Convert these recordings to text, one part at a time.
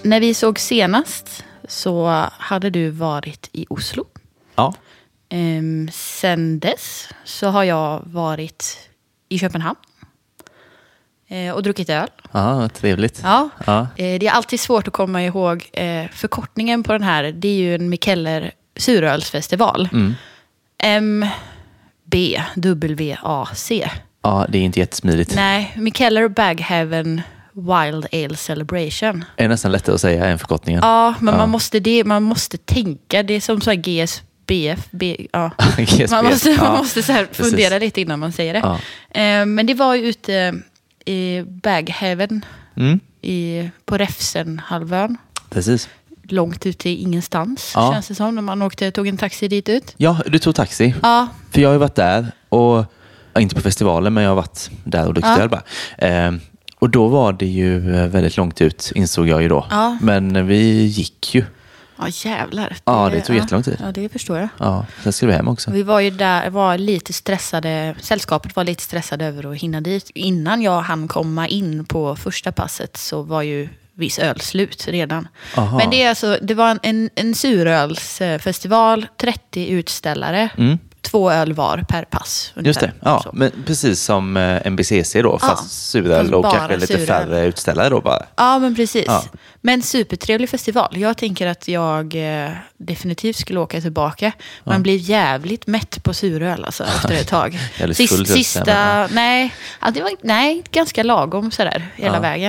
när vi såg senast så hade du varit i Oslo. Ja. Sen dess så har jag varit i Köpenhamn och druckit öl. Ja, trevligt. Ja. Ja. Det är alltid svårt att komma ihåg förkortningen på den här. Det är ju en Mikkeller surölsfestival. MBWAC. Ja, det är inte jättesmidigt. Nej, Mikkeller Baghaven Wild Ale Celebration. Det är nästan lättare att säga än förkortningen. Ja, men man måste tänka. Det är som så här GSBF. Ja. GSBF. Man måste så här fundera lite innan man säger det. Ja. Men det var ju ute i Baghaven på Räfsenhalvön. Precis. Långt ute i ingenstans, Ja. känns det som, när man tog en taxi dit ut. Ja, du tog taxi. Ja. För jag har ju varit där, och inte på festivalen, men jag har varit där och druckit öl bara. Och då var det ju väldigt långt ut, insåg jag ju då. Ja. Men vi gick ju. Ja, jävlar. Ja, det tog jättelång tid. Ja, det förstår jag. Ja, sen skulle vi hem också. Vi var ju där, var lite stressade. Sällskapet var lite stressade över att hinna dit. Innan jag hann komma in på första passet så var ju viss öl slut redan. Aha. Men det var en surölsfestival, 30 utställare. 2 öl var per pass. Ungefär. Just det, ja. Så. Men precis som MBCC då, fast suröl och bara kanske lite suröl. färre utställare då bara. Ja, men precis. Ja. Men supertrevlig festival. Jag tänker att jag definitivt skulle åka tillbaka. Man blir jävligt mätt på suröl alltså, efter ett tag. Jävligt full Sista, nej, ganska lagom sådär hela vägen.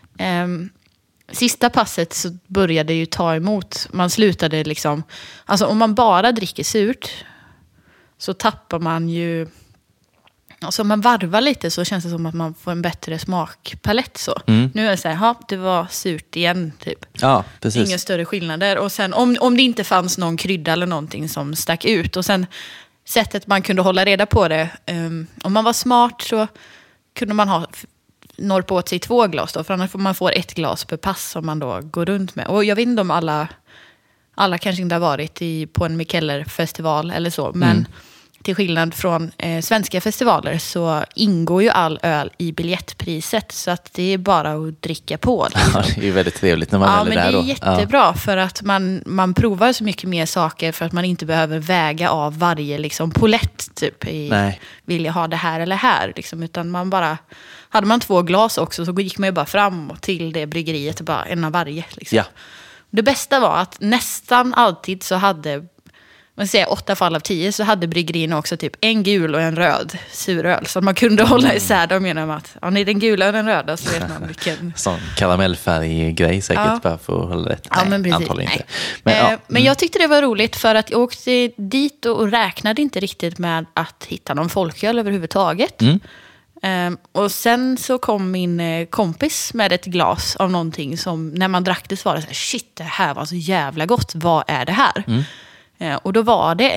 Sista passet så började ju ta emot. Man slutade liksom, alltså om man bara dricker surt så tappar man ju, alltså om man varvar lite så känns det som att man får en bättre smakpalett så. Nu är det så här, det var surt igen typ. Ja, precis. Ingen större skillnader. Och sen om det inte fanns någon krydda eller någonting som stack ut. Och sen sättet man kunde hålla reda på det. Om man var smart så kunde man norpa åt sig 2 glas då. För annars får man få 1 glas per pass som man då går runt med. Och jag vet inte om alla kanske inte har varit på en Mikkeller-festival eller så. Men till skillnad från svenska festivaler så ingår ju all öl i biljettpriset. Så att det är bara att dricka på. Liksom. Ja, det är ju väldigt trevligt när man väl är där. Ja, men det är jättebra för att man provar så mycket mer saker för att man inte behöver väga av varje liksom polett typ. Vill jag ha det här eller här? Liksom, utan man bara, hade man 2 glas också så gick man ju bara fram till det bryggeriet och bara en av varje. Liksom. Ja. Det bästa var att nästan alltid så hade, man säger 8 fall av 10, så hade bryggerierna också typ en gul och en röd suröl. Så man kunde hålla isär dem genom att, det är den gula och den röda så vet man vilken. Sån karamellfärg-grej säkert bara för att hålla rätt. Ja, men precis. Antagligen inte. Men jag tyckte det var roligt för att jag åkte dit och räknade inte riktigt med att hitta någon folköl överhuvudtaget. Och sen så kom min kompis med ett glas av någonting som när man drack det så var det så här, shit, det här var så jävla gott, vad är det här? Och då var det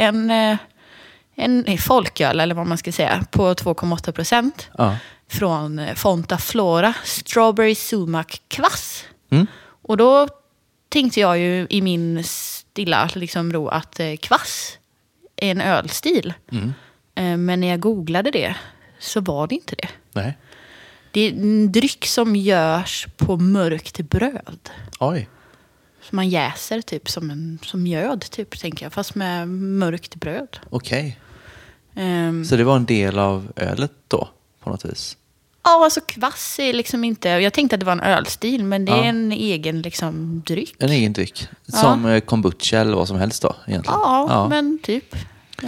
en folköl, eller vad man ska säga, på 2,8% från Fonta Flora, Strawberry Sumac Kvass. Och då tänkte jag ju i min stilla liksom ro att kvass är en ölstil. Men när jag googlade det så var det inte det. Nej. Det är en dryck som görs på mörkt bröd. Oj. Så man jäser typ som mjöd typ, tänker jag. Fast med mörkt bröd. Okej. Så det var en del av ölet då, på något vis? Ja, alltså kvass är liksom inte... Jag tänkte att det var en ölstil, men det är en egen liksom dryck. En egen dryck. Som kombucha eller vad som helst då, egentligen. Ja, men typ.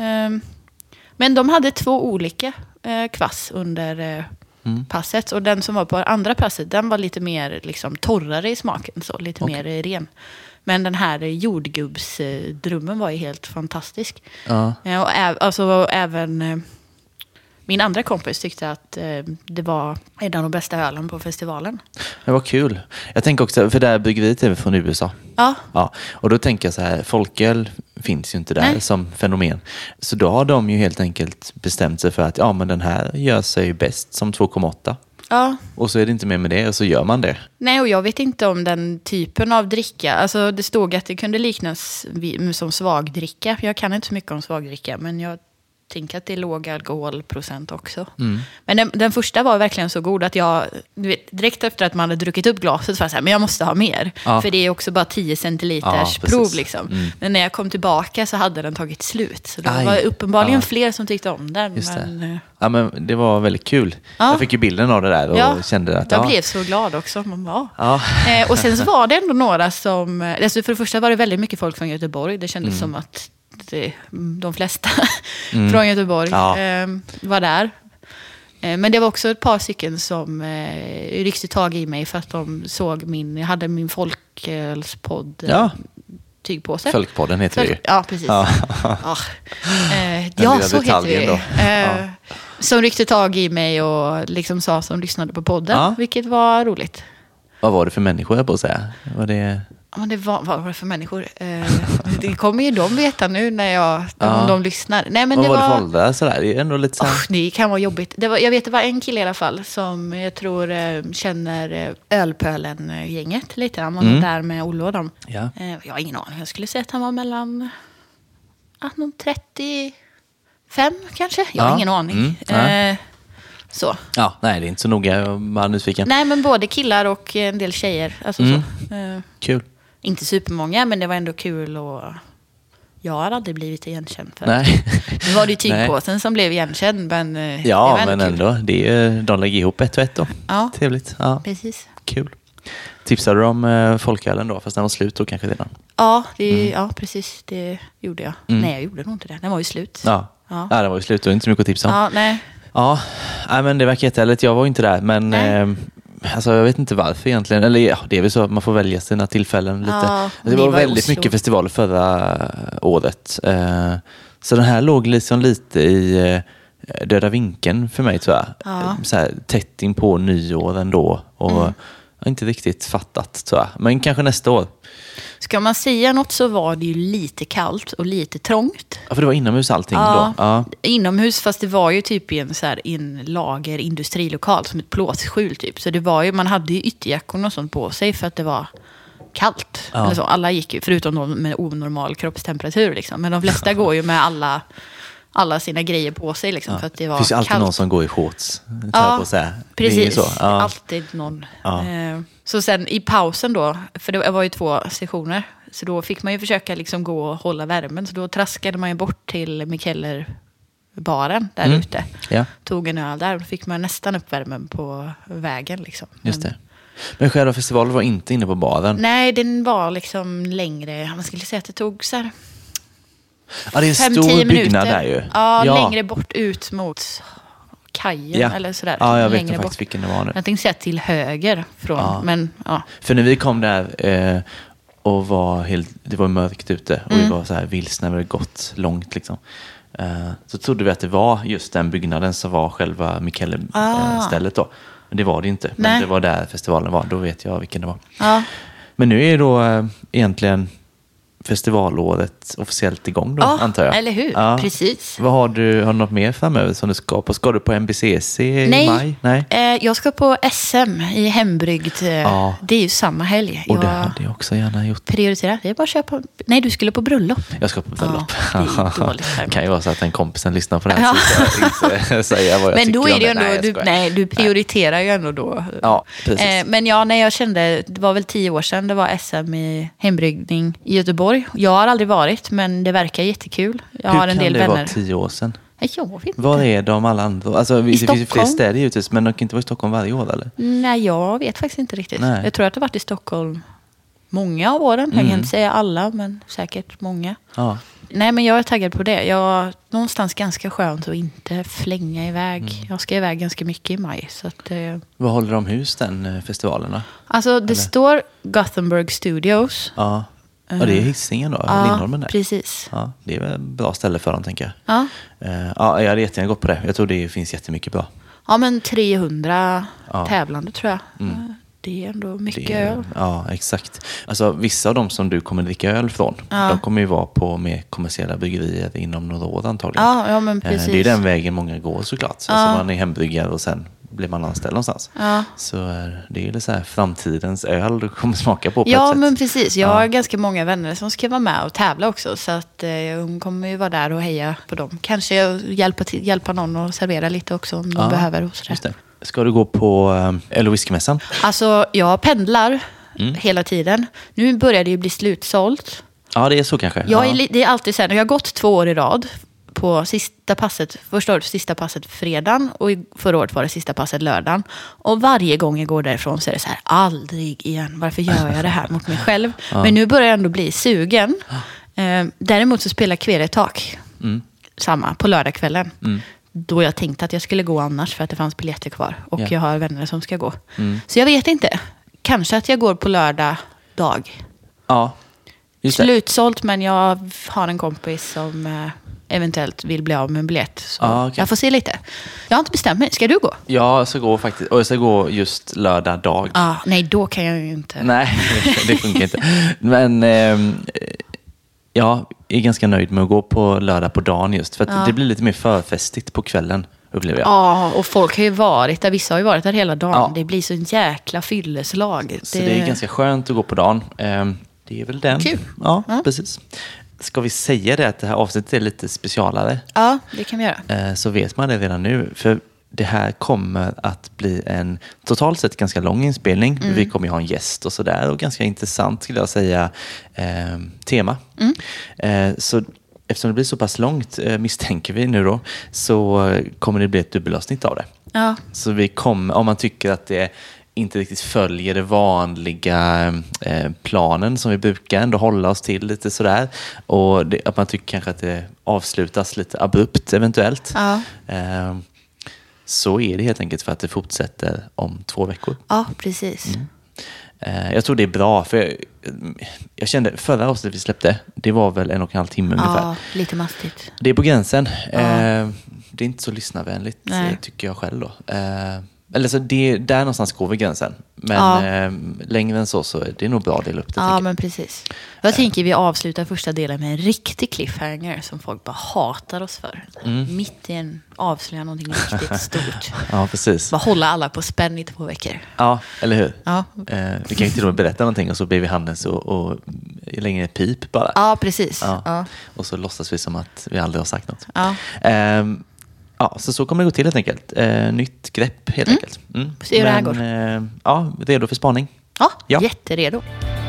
Men de hade 2 olika kvass under passet. Och den som var på andra passet, den var lite mer liksom torrare i smaken. Så, lite mer ren. Men den här jordgubbsdrummen var ju helt fantastisk. Och även min andra kompis tyckte att det var en av de bästa ölen på festivalen. Det var kul. Jag tänker också, för det här bryggeriet är från USA. Ja. Och då tänker jag så här, folköl finns ju inte där som fenomen. Så då har de ju helt enkelt bestämt sig för att men den här gör sig bäst som 2,8. Ja. Och så är det inte mer med det och så gör man det. Nej, och jag vet inte om den typen av dricka. Alltså det stod att det kunde liknas som svagdricka. Jag kan inte så mycket om svagdricka, men jag tänker att det är låg alkoholprocent också. Men den första var verkligen så god att jag, du vet, direkt efter att man hade druckit upp glaset så var jag så här, men jag måste ha mer. Ja. För det är också bara 10 centiliters prov liksom. Men när jag kom tillbaka så hade den tagit slut. Så det var uppenbarligen fler som tyckte om den. Men, ja, men det var väldigt kul. Jag fick ju bilden av det där och kände att... Jag blev så glad också. Man bara, och sen så var det ändå några som... Alltså för det första var det väldigt mycket folk från Göteborg. Det kändes som att de flesta från Göteborg var där. Men det var också ett par stycken som ryckte tag i mig för att de såg jag hade min folkölspodd tygpåse. Folkpodden heter det ju. Ja, precis. Så heter vi. Som ryckte tag i mig och liksom sa som lyssnade på podden, vilket var roligt. Vad var det för människor på att säga? Vad var det för människor? Det kommer ju de veta nu när de lyssnar. Nej, men vad var det för ålder? Sådär? Det är ändå lite så här... det kan vara jobbigt. Jag vet det var en kille i alla fall som jag tror känner Ölpölen-gänget lite. Han var där med Olle och dem. Ja. Jag har ingen aning. Jag skulle säga att han var mellan 35 kanske. Jag har ingen aning. Så. Ja, nej, det är inte så noga. Jag var nyfiken. Nej, men både killar och en del tjejer. Alltså så. Kul. Inte supermånga, men det var ändå kul och jag har aldrig blivit igenkänd för. Nej. Nu var det ju tygpåsen som blev igenkänd, men ja, men ändå. Det är, de lägger ihop 1 och 1 då. Ja. Trevligt. Ja. Precis. Kul. Tipsade du om folkölen då, fast den var slut då kanske redan? Ja, ja, precis. Det gjorde jag. Nej, jag gjorde nog inte det. Den var ju slut. Ja, den var ju slut och inte så mycket att tipsa om. Ja, nej. Ja, men det verkar jättehärligt. Jag var ju inte där, men alltså, jag vet inte varför egentligen. Eller det är väl så att man får välja sina tillfällen lite. Ja, det var väldigt mycket festivaler förra året. Så den här låg liksom lite i döda vinkeln för mig, tror jag. Ja. Så här, tätt in på nyår ändå. Och jag har inte riktigt fattat, tror jag. Men kanske nästa år. Ska man säga något så var det ju lite kallt och lite trångt. Ja, för det var inomhus allting då. Ja, inomhus, fast det var ju typ i en lager industrilokal som ett plåtskjul typ. Så det var ju, man hade ju ytterjackor och sånt på sig för att det var kallt. Ja. Eller så. Alla gick ju, förutom de med onormal kroppstemperatur liksom. Men de flesta går ju med alla sina grejer på sig liksom, för att det var kallt. Det finns alltid någon som går i shorts. Ja, på så här. precis. Så. Ja. Alltid någon. Ja. Så sen i pausen då, för det var ju 2 sessioner, så då fick man ju försöka liksom gå och hålla värmen. Så då traskade man ju bort till Mikkeller-baren där ute. Ja. Tog en öl där och då fick man nästan upp värmen på vägen liksom. Just det. Men själva festivalen var inte inne på baren? Nej, den var liksom längre. Man skulle säga att det tog så här... Ja, det är en stor byggnad där ju. Ja, längre bort ut mot kajen eller sådär. Ja, jag vet faktiskt vilken det var nu. Jag tänkte säga till höger från, men ja. För när vi kom där och det var mörkt ute och vi var så här vilsna, när det gått långt liksom. Så trodde vi att det var just den byggnaden som var själva Mikkeller-stället då. Men det var det inte. Men det var där festivalen var. Då vet jag vilken det var. Ja. Men nu är då egentligen festivalåret officiellt igång då, antar jag. Eller hur? Ja. Precis. Vad har du något mer framöver som du ska på? Ska du på MBCC i maj? Nej. Jag ska på SM i hembrygd. Det är ju samma helg. Och det hade jag också gärna gjort. Prioritera. Det är bara att köpa. Nej, du skulle på bröllop. Jag ska på bröllop. Det är dåligt. Kan ju vara så att en kompisen lyssnar på det här. Så jag inte säga vad jag men då är det ju ändå, du prioriterar ju ändå då. Ja, precis. Men jag kände, det var väl 10 år sedan det var SM i hembryggning i Göteborg. Jag har aldrig varit, men det verkar jättekul. Jag har en del vänner. Hur kan det vara 10 år sedan? Jag vet inte. Var är de alla andra? Alltså, det finns ju fler städer givetvis, men de kan inte vara i Stockholm varje år, eller? Nej, jag vet faktiskt inte riktigt. Nej. Jag tror att det har varit i Stockholm många av åren. Jag kan inte säga alla, men säkert många. Ja. Nej, men jag är taggad på det. Jag någonstans ganska skönt att inte flänga iväg. Jag ska iväg ganska mycket i maj. Så att, vad håller de hus den festivalen då? Alltså, det står Gothenburg Studios. Ja. Ja, det är Hisingen då, Lindholmen där. Precis. Ja, det är väl ett bra ställe för dem, tänker jag. Ja, jag hade jättegärna gått på det. Jag tror det finns jättemycket bra. Ja, men 300 tävlande tror jag. Det är ändå mycket öl. Ja, exakt. Alltså, vissa av dem som du kommer dricka öl från, de kommer ju vara på mer kommersiella bryggerier inom några år antagligen. Ja, men precis. Det är den vägen många går såklart. Alltså, man är hembryggare och sen blir man anställd någonstans. Ja. Så det är ju så här framtidens öl du kommer smaka på ett Ja, sätt. Men precis. Jag har ganska många vänner som ska vara med och tävla också. Så att hon kommer ju vara där och heja på dem. Kanske hjälpa någon att servera lite också om de behöver. Och sådär. Just det. Ska du gå på öl- och whiskymässan? Alltså, jag pendlar hela tiden. Nu börjar det ju bli slutsålt. Ja, det är så kanske. Det är alltid så här. Jag har gått 2 år i rad på sista passet, första året sista passet fredagen och förra året var det sista passet lördagen. Och varje gång jag går därifrån så är det så här, aldrig igen. Varför gör jag det här mot mig själv? Men nu börjar jag ändå bli sugen. Däremot så spelar Kveretak samma på lördagskvällen. Då jag tänkte att jag skulle gå annars för att det fanns biljetter kvar. Och jag har vänner som ska gå. Så jag vet inte. Kanske att jag går på lördag dag. Ja. Slutsålt, men jag har en kompis som eventuellt vill bli av med en biljett. Så jag får se lite. Jag har inte bestämt mig. Ska du gå? Ja, jag ska gå faktiskt. Och jag ska gå just lördag dag. Nej, då kan jag ju inte. Nej, det funkar inte. Men jag är ganska nöjd med att gå på lördag på dagen just. För att det blir lite mer förfestigt på kvällen, upplever jag. Ja, och folk har ju varit där. Vissa har ju varit där hela dagen. Ja. Det blir så en jäkla fylleslag. Så det är ganska skönt att gå på dagen. Det är väl den. Kul. Ja, precis. Ska vi säga det att det här avsnittet är lite specialare? Ja, det kan vi göra. Så vet man det redan nu. För det här kommer att bli en totalt sett ganska lång inspelning. Vi kommer ju ha en gäst och sådär. Och ganska intressant skulle jag säga tema. Så eftersom det blir så pass långt, misstänker vi nu då, så kommer det bli ett dubbelavsnitt av det. Ja. Så vi kommer, om man tycker att det inte riktigt följer det vanliga planen som vi brukar ändå hålla oss till lite sådär. Och att man tycker kanske att det avslutas lite abrupt eventuellt. Ja. Så är det helt enkelt för att det fortsätter om 2 veckor. Ja, precis. Jag tror det är bra, för jag kände förra avsnittet vi släppte, det var väl 1,5 timme ungefär. Ja, lite mastigt. Det är på gränsen. Det är inte så lyssnarvänligt, tycker jag själv då. Eller så där någonstans går vi gränsen. Men längre än så är det nog bra att dela upp det. Ja, men precis. Jag tänker vi avslutar första delen med en riktig cliffhanger som folk bara hatar oss för. Mitt i en avslöja någonting riktigt stort. Ja, precis. Bara hålla alla på spänn i 2 veckor. Ja, eller hur? Ja. Vi kan ju till och med berätta någonting och så blir vi handen och lägger ett pip bara. Ja, precis. Ja. Och så låtsas vi som att vi aldrig har sagt något. Ja. Ja, så kommer det gå till helt enkelt. Nytt grepp helt enkelt. Se hur det här går. Ja, redo för spaning? Ja, jätteredo.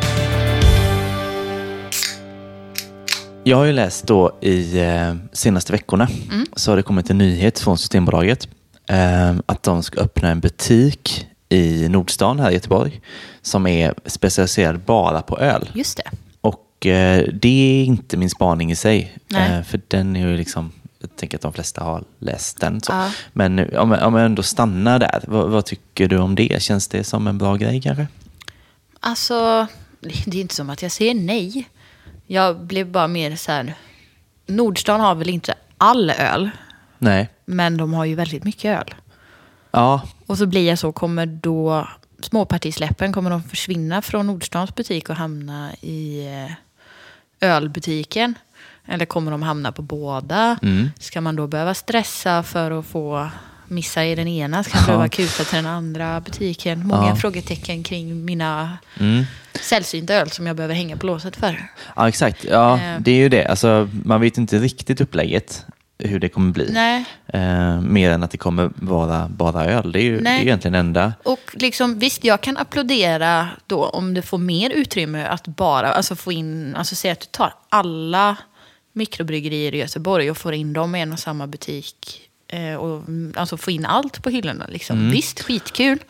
Jag har ju läst då i senaste veckorna så har det kommit en nyhet från Systembolaget att de ska öppna en butik i Nordstan här i Göteborg som är specialiserad bara på öl. Just det. Och det är inte min spaning i sig. För den är ju liksom, jag tänker att de flesta har läst den. Så. Ja. Men om jag ändå stannar där, vad tycker du om det? Känns det som en bra grej kanske? Alltså, det är inte som att jag säger nej. Jag blev bara mer så här, Nordstan har väl inte all öl. Nej. Men de har ju väldigt mycket öl. Ja. Och så blir jag så, kommer då småpartisläppen, kommer de försvinna från Nordstans butik och hamna i ölbutiken? Eller kommer de hamna på båda? Ska man då behöva stressa för att få missa i den ena? Ska man behöva kuta till den andra butiken? Många frågetecken kring mina sällsynta öl som jag behöver hänga på låset för. Ja, exakt. Ja, det är ju det. Alltså, man vet inte riktigt upplägget hur det kommer bli. Nej. Mer än att det kommer vara bara öl. Det är ju egentligen enda. Och liksom, visst, jag kan applådera då om det får mer utrymme att bara få in, alltså säga att du tar alla mikrobryggerier i Göteborg och får in dem i en och samma butik och alltså få in allt på hyllorna liksom. Visst, skitkul.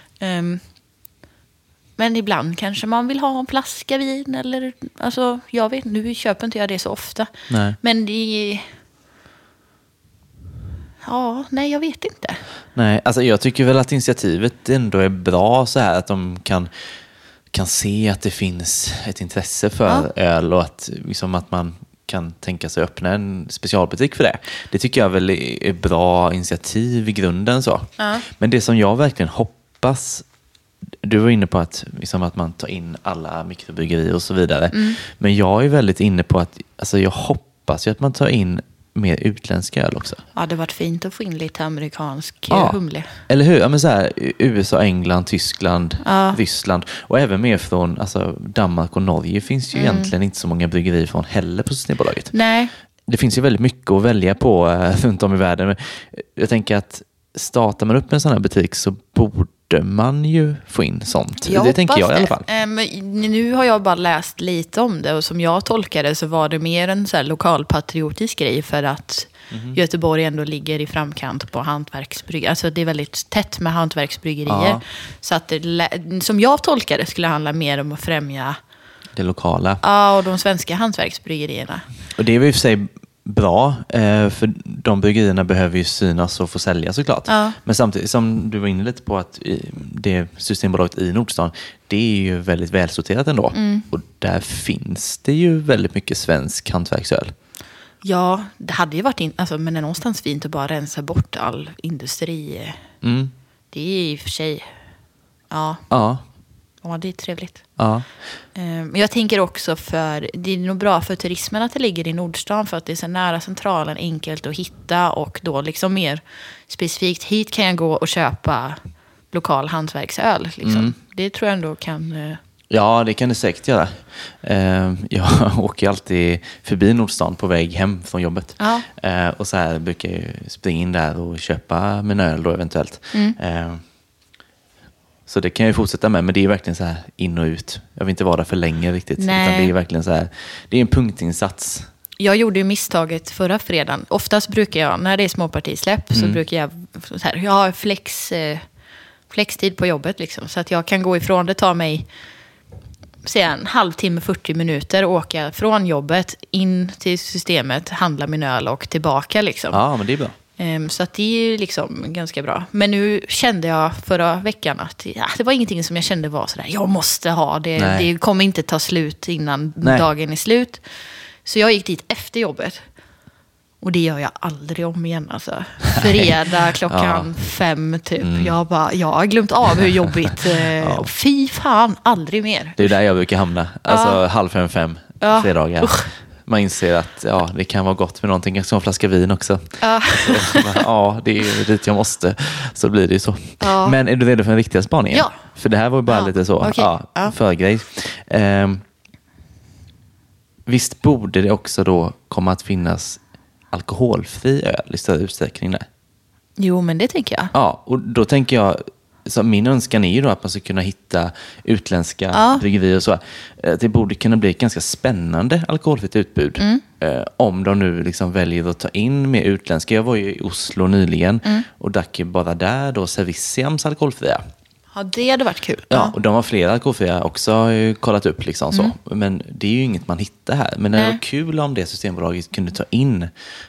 Men ibland kanske man vill ha en flaska vin eller, alltså jag vet, nu köper inte jag det så ofta. Nej. Men det jag vet inte. Nej, alltså jag tycker väl att initiativet ändå är bra så här att de kan se att det finns ett intresse för öl och att liksom att man kan tänka sig öppna en specialbutik för det. Det tycker jag väl är bra initiativ i grunden så. Men det som jag verkligen hoppas, du var inne på att, liksom att man tar in alla mikrobryggerier och så vidare. Men jag är väldigt inne på att, alltså jag hoppas ju att man tar in mer utländsk öl också. Ja, det har varit fint att få in lite amerikansk humle. Eller hur? Ja, men så här, USA, England, Tyskland, Ryssland och även mer från Danmark och Norge finns ju egentligen inte så många bryggerier från heller på Systembolaget. Nej. Det finns ju väldigt mycket att välja på runt om i världen. Men jag tänker att startar man upp en sån här butik så borde man ju få in sånt. Det tänker jag i alla fall. Nu har jag bara läst lite om det och som jag tolkade så var det mer en så här lokalpatriotisk grej för att Göteborg ändå ligger i framkant på hantverksbryggerier. Alltså det är väldigt tätt med hantverksbryggerier. Ja. Så att som jag tolkade skulle handla mer om att främja det lokala. Ja, och de svenska hantverksbryggerierna. Och det är väl i och för sig bra, för de bryggerierna behöver ju synas och få sälja såklart. Ja. Men samtidigt som du var inne lite på att det Systembolaget i Nordstan, det är ju väldigt välsorterat ändå. Och där finns det ju väldigt mycket svensk hantverksöl. Ja, det hade ju varit men det är någonstans fint att bara rensa bort all industri. Det är i och för sig Ja, det är trevligt. Ja. Men jag tänker också det är nog bra för turismen att det ligger i Nordstan för att det är så nära centralen, enkelt att hitta och då liksom mer specifikt hit kan jag gå och köpa lokal hantverksöl. Liksom. Det tror jag ändå kan... Ja, det kan det säkert göra. Jag åker alltid förbi Nordstan på väg hem från jobbet. Ja. Och så här brukar jag springa in där och köpa min öl då eventuellt. Så det kan jag ju fortsätta med, men det är verkligen så här in och ut. Jag vill inte vara där för länge riktigt. Nej. Utan det är verkligen så här, det är en punktinsats. Jag gjorde ju misstaget förra fredagen. Oftast brukar jag, när det är småpartisläpp, så brukar jag så här, jag har flextid på jobbet liksom. Så att jag kan gå ifrån, det tar mig en halvtimme, 40 minuter, åka från jobbet in till systemet, handla min öl och tillbaka liksom. Ja, men det är bra. Så att det är ju liksom ganska bra. Men nu kände jag förra veckan att det var ingenting som jag kände var sådär, jag måste ha det. Nej. Det kommer inte ta slut innan dagen är slut. Så jag gick dit efter jobbet. Och det gör jag aldrig om igen. Alltså. Fredag klockan 5 typ. Jag har glömt av hur jobbigt. Fy fan, aldrig mer. Det är där jag brukar hamna. Alltså 4:30, 5 fredagar. Man inser att det kan vara gott med någonting, kanske en flaska vin också. Det är dit jag måste. Så blir det ju så. Men är du redo för en riktiga spaningen? Ja. För det här var ju bara lite så förgrej. Visst borde det också då komma att finnas alkoholfri öl i större utsträckning där? Jo, men det tänker jag. Ja, och då tänker jag, så min önskan är ju då att man ska kunna hitta utländska bryggerier och så. Det borde kunna bli ett ganska spännande alkoholfritt utbud. Om de nu liksom väljer att ta in mer utländska. Jag var ju i Oslo nyligen och drack ju bara där då Serviciams alkoholfria. Ja, det hade varit kul. Ja, och de har flera alkoholfria också, har jag kollat upp liksom så. Men det är ju inget man hittar här. Men det var kul om det Systembolaget kunde ta in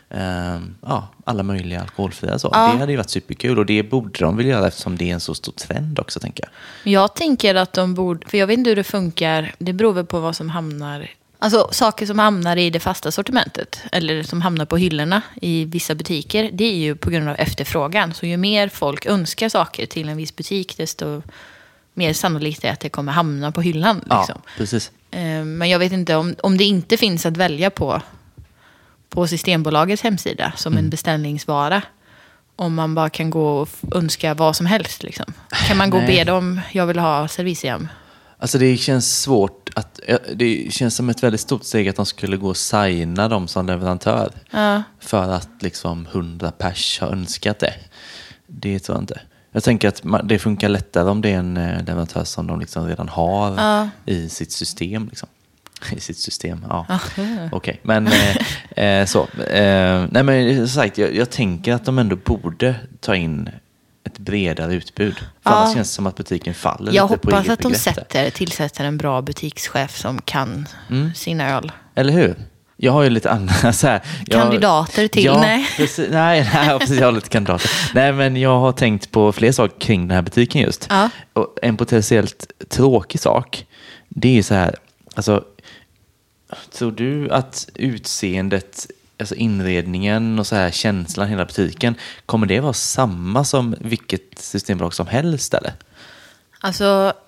alla möjliga alkoholfria så. Det hade ju varit superkul och det borde de väl göra eftersom det är en så stor trend också, tänker jag. Jag tänker att de borde, för jag vet inte hur det funkar, det beror väl på vad som hamnar. Alltså saker som hamnar i det fasta sortimentet eller som hamnar på hyllorna i vissa butiker, det är ju på grund av efterfrågan. Så ju mer folk önskar saker till en viss butik, desto mer sannolikt är att det kommer hamna på hyllan. Liksom. Ja, precis. Men jag vet inte om det inte finns att välja på Systembolagets hemsida som en beställningsvara. Om man bara kan gå och önska vad som helst. Liksom. Kan man gå och be dem, jag vill ha Serviciam? Alltså det känns svårt det känns som ett väldigt stort steg att de skulle gå och signa dem som leverantör. För att liksom 100 pers har önskat det. Det tror jag inte. Jag tänker att det funkar lättare om det är en leverantör som de liksom redan har i sitt system. Liksom. I sitt system, Okej. Men så. Nej men som sagt, jag tänker att de ändå borde ta in ett bredare utbud. För annars känns det som att butiken faller jag lite på eget hoppas att de tillsätter en bra butikschef som kan sina öl. Eller hur? Jag har ju lite andra så här, kandidater till, nej. Precis, nej, precis, jag har lite kandidater. Nej, men jag har tänkt på fler saker kring den här butiken just. Och en potentiellt tråkig sak, det är ju så här, alltså, tror du att utseendet, alltså inredningen och så här känslan i hela butiken, kommer det vara samma som vilket systembolag som helst eller? Alltså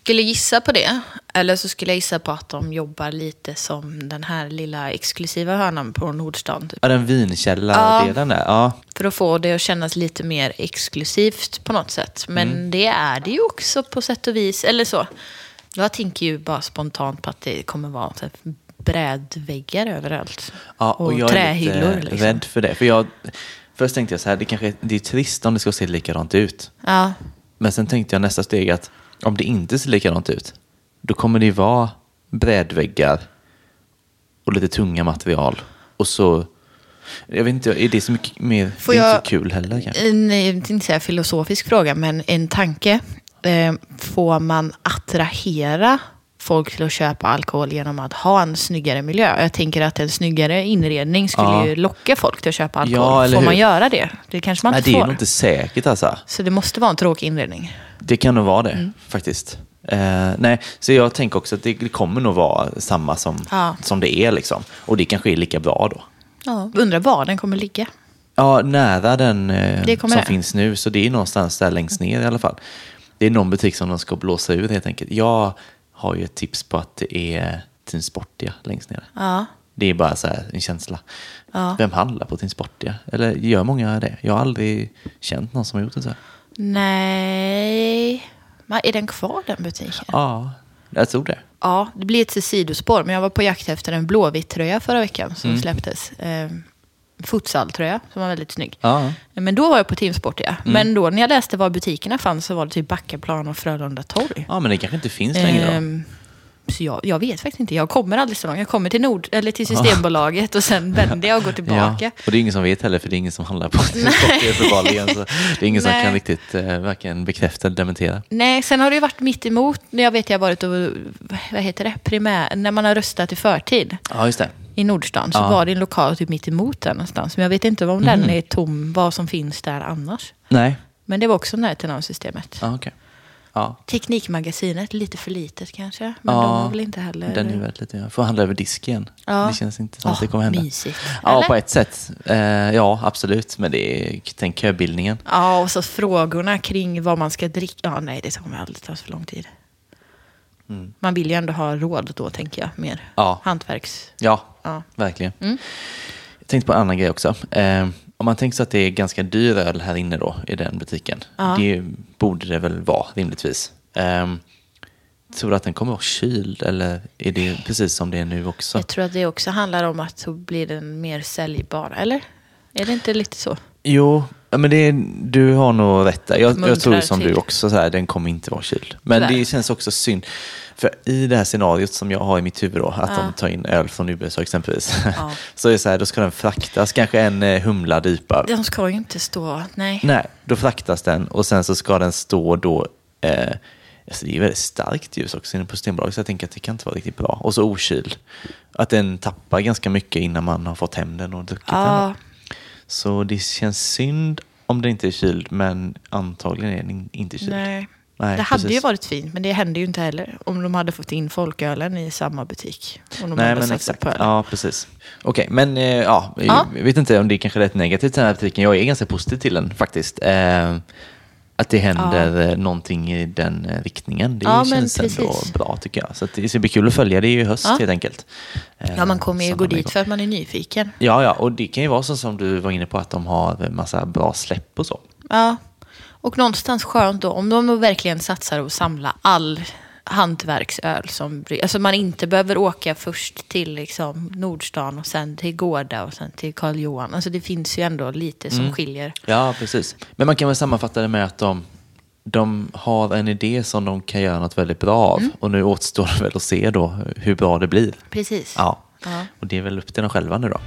skulle gissa på det. Eller så skulle jag gissa på att de jobbar lite som den här lilla exklusiva hörnan på Nordstan. Typ. Ja, den vinkällardelen där. Ja. För att få det att kännas lite mer exklusivt på något sätt. Men det är det ju också på sätt och vis. Eller så. Jag tänker ju bara spontant på att det kommer vara så här brädväggar överallt. Ja, och jag trähyllor. är lite rädd för det. För först tänkte jag så här, det är trist om det ska se likadant ut. Ja. Men sen tänkte jag nästa steg att om det inte ser likadant ut, då kommer det vara brädväggar och lite tunga material. Och så, jag vet inte, är det så mycket mer, det är inte så kul heller kanske. Nej, jag vill inte säga filosofisk fråga, men en tanke. Får man attrahera folk till att köpa alkohol genom att ha en snyggare miljö? Jag tänker att en snyggare inredning skulle ju locka folk till att köpa alkohol. Får man göra det? Det kanske man inte får. Det är nog inte säkert alltså. Så det måste vara en tråkig inredning. Det kan nog vara det, faktiskt. Nej, så jag tänker också att det kommer nog vara samma som det är liksom. Och det kanske är lika bra då. Ja, undrar var den kommer ligga. Ja, nära den som finns nu. Så det är någonstans där längst ner i alla fall. Det är någon butik som de ska blåsa ur helt enkelt. Jag har ju ett tips på att det är Team Sportia längst ner. Ja. Det är bara så här en känsla. Ja. Vem handlar på Team Sportia? Eller gör många det? Jag har aldrig känt någon som har gjort det så här. Nej. Men är den kvar, den butiken? Ja, jag tror det. Ja, det blir ett sidospår. Men jag var på jakt efter en blåvitt tröja förra veckan som släpptes. Futsal-tröja som var väldigt snygg. Ja. Men då var jag på Team Sportia. Men då när jag läste var butikerna fanns så var det typ Backaplan och Frölunda Torg. Ja, men det kanske inte finns längre då. Så jag vet faktiskt inte. Jag kommer aldrig så långt. Jag kommer till Systembolaget och sen vänder jag och går tillbaka. Ja, och det är ingen som vet heller, för det är ingen som handlar på Team Sportia uppenbarligen. Så det är ingen som kan riktigt varken bekräfta eller dementera. Nej, sen har det ju varit mitt emot. Jag vet jag har varit och, vad heter det? När man har röstat i förtid. Ja, just det. I Nordstan så var det en lokal typ mitt emot den någonstans. Men jag vet inte om den är tom, vad som finns där annars. Nej. Men det var också nära till systemet. Ja, okej. Ja. Teknikmagasinet, lite för litet kanske. Men de har väl inte heller... Den är väldigt lite. Får handla över disken. Ja. Det känns inte som att det kommer hända. Mysigt. Ja, på ett sätt. Ja, absolut. Men det är tänk köbildningen. Ja, och så frågorna kring vad man ska dricka. Ja, nej, det kommer aldrig ta så lång tid. Man vill ju ändå ha råd då, tänker jag. Mer hantverks... Ja, verkligen. Jag tänkte på en annan grej också. Om man tänker sig att det är ganska dyr öl här inne då i den butiken. Det borde det väl vara rimligtvis. Tror du att den kommer att vara kyld, eller är det precis som det är nu också? Jag tror att det också handlar om att så blir den mer säljbar, eller? Är det inte lite så? Jo, men du har nog rätt där. Jag tror som du också, så här, den kommer inte vara kyld. Men det känns också synd. För i det här scenariot som jag har i mitt huvud då, att de tar in öl från USA exempelvis, så är det så här, då ska den fraktas, kanske en humlad IPA. De ska ju inte stå, nej. Nej, då fraktas den och sen så ska den stå då, alltså det är väldigt starkt ljus också inne på Systembolaget, så jag tänker att det kan inte vara riktigt bra. Och så okyld. Att den tappar ganska mycket innan man har fått hem den och druckit den. Så det känns synd om det inte är kyld, men antagligen är den inte kyld. Nej, det hade ju varit fint, men det hände ju inte heller om de hade fått in folkölen i samma butik. Nej, men exakt. Ja, precis. Okej, men jag vet inte om det är kanske rätt negativt till den här butiken. Jag är ganska positiv till den faktiskt. Att det händer någonting i den riktningen. Det känns ändå bra, tycker jag. Så det ska bli kul att följa det i höst helt enkelt. Ja, man kommer ju gå dit för att man är nyfiken. Ja, och det kan ju vara så som du var inne på, att de har en massa bra släpp och så. Ja, och någonstans skönt då, om de verkligen satsar och samlar all hantverksöl som, alltså man inte behöver åka först till liksom Nordstan och sen till Gårda och sen till Karl Johan. Alltså det finns ju ändå lite som skiljer. Ja, precis. Men man kan väl sammanfatta det med att de har en idé som de kan göra något väldigt bra av. Och nu återstår det väl att se då hur bra det blir. Precis. Ja. Och det är väl upp till dem själva nu då.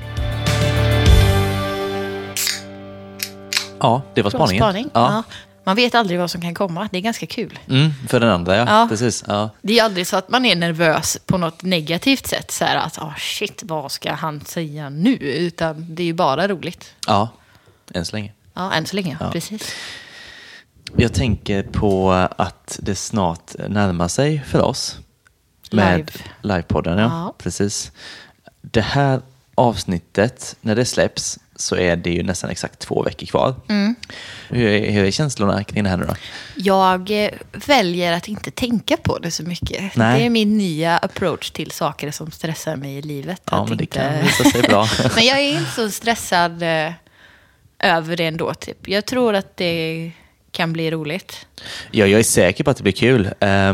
Ja, det var spaningen. Ja. Man vet aldrig vad som kan komma. Det är ganska kul. För den andra, precis. Ja. Det är aldrig så att man är nervös på något negativt sätt. Så här att, shit, vad ska han säga nu? Utan det är ju bara roligt. Ja, än så länge. Ja, än så länge, precis. Jag tänker på att det snart närmar sig för oss. Med livepodden, ja. Precis. Det här avsnittet, när det släpps, så är det ju nästan exakt 2 veckor kvar. Hur är känslorna kring det här nu då? Jag väljer att inte tänka på det så mycket. Nej. Det är min nya approach till saker som stressar mig i livet. Ja, men det kan visa sig bra. Men jag är inte så stressad över det ändå. Typ. Jag tror att det kan bli roligt. Ja, jag är säker på att det blir kul.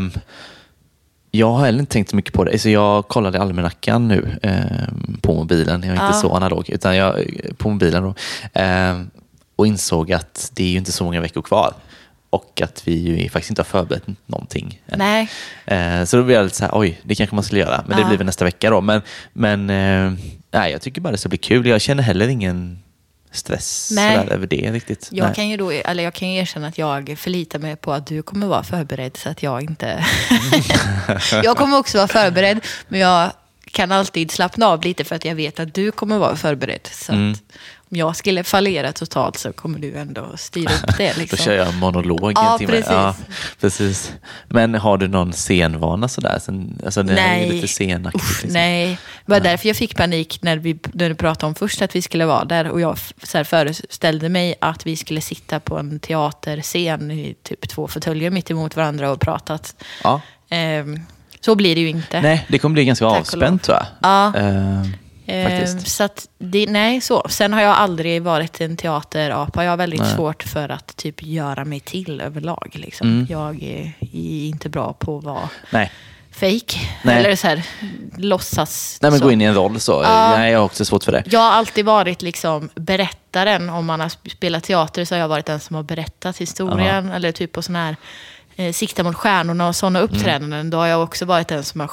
Jag har heller inte tänkt så mycket på det. Så jag kollade almanackan nu på mobilen. Jag är inte så analog, utan på mobilen då. Och insåg att det är ju inte så många veckor kvar. Och att vi ju faktiskt inte har förberett någonting än. Nej. Så då blir jag lite så här, oj, det kanske man skulle göra. Men det blir väl nästa vecka då. Men nej, jag tycker bara det ska bli kul. Jag känner heller ingen stress över det riktigt. Jag kan ju erkänna att jag förlitar mig på att du kommer vara förberedd, så att jag inte... Jag kommer också vara förberedd, men jag kan alltid slappna av lite för att jag vet att du kommer vara förberedd. Så att om jag skulle fallera totalt så kommer du ändå styra upp det. Liksom. Då kör jag monolog en timme. Precis. Ja, precis. Men har du någon scenvana sådär? Alltså det är lite senaktigt. Liksom. Nej, det var därför jag fick panik när du pratade om först att vi skulle vara där. Och jag så här föreställde mig att vi skulle sitta på en teaterscen i typ 2 fåtöljer mitt emot varandra och pratat. Ja. Så blir det ju inte. Nej, det kommer bli ganska avspänt tror jag. Ja. Faktiskt. Så att så. Sen har jag aldrig varit en teaterapa. Jag har väldigt svårt för att typ göra mig till överlag. Liksom. Jag är inte bra på att vara fake. Eller så här, låtsas. Nej, men så. gå in i en roll så. Nej, jag har också svårt för det. Jag har alltid varit liksom berättaren. Om man har spelat teater så har jag varit den som har berättat historien. Eller typ på sån här Sikta mot stjärnorna och sådana uppträdanden. Då har jag också varit den som har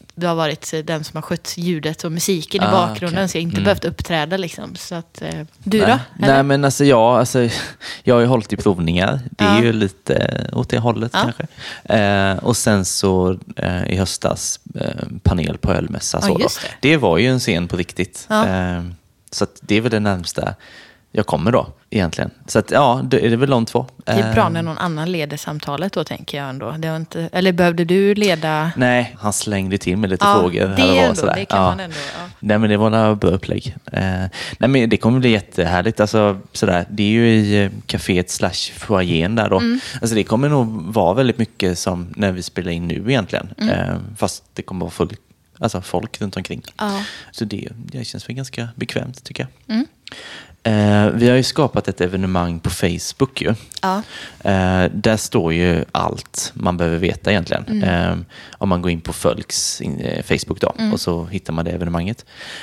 skött ljudet och musiken i bakgrunden. Så jag inte behövt uppträda liksom. Så att, du då? Nej, men alltså jag har ju hållit i provningar. Det är ju lite åt det hållet kanske. Och sen så i höstas panel på ölmässa. Så det var ju en scen på riktigt. Så att det är väl det närmsta jag kommer då, egentligen. Så att, det är väl de 2. Det är bra när någon annan leder samtalet då, tänker jag ändå. Det var inte, eller behövde du leda? Nej, han slängde till med lite frågor. Det kan man ändå. Nej, men det var några bra upplägg. Nej, men det kommer bli jättehärligt. Alltså, sådär, det är ju i kaféet / foajén där då. Alltså, det kommer nog vara väldigt mycket som när vi spelar in nu egentligen. Fast det kommer vara folk runt omkring. Så det känns väl ganska bekvämt, tycker jag. Vi har ju skapat ett evenemang på Facebook ju. Där står ju allt man behöver veta egentligen. Om man går in på Folks Facebook då och så hittar man det evenemanget.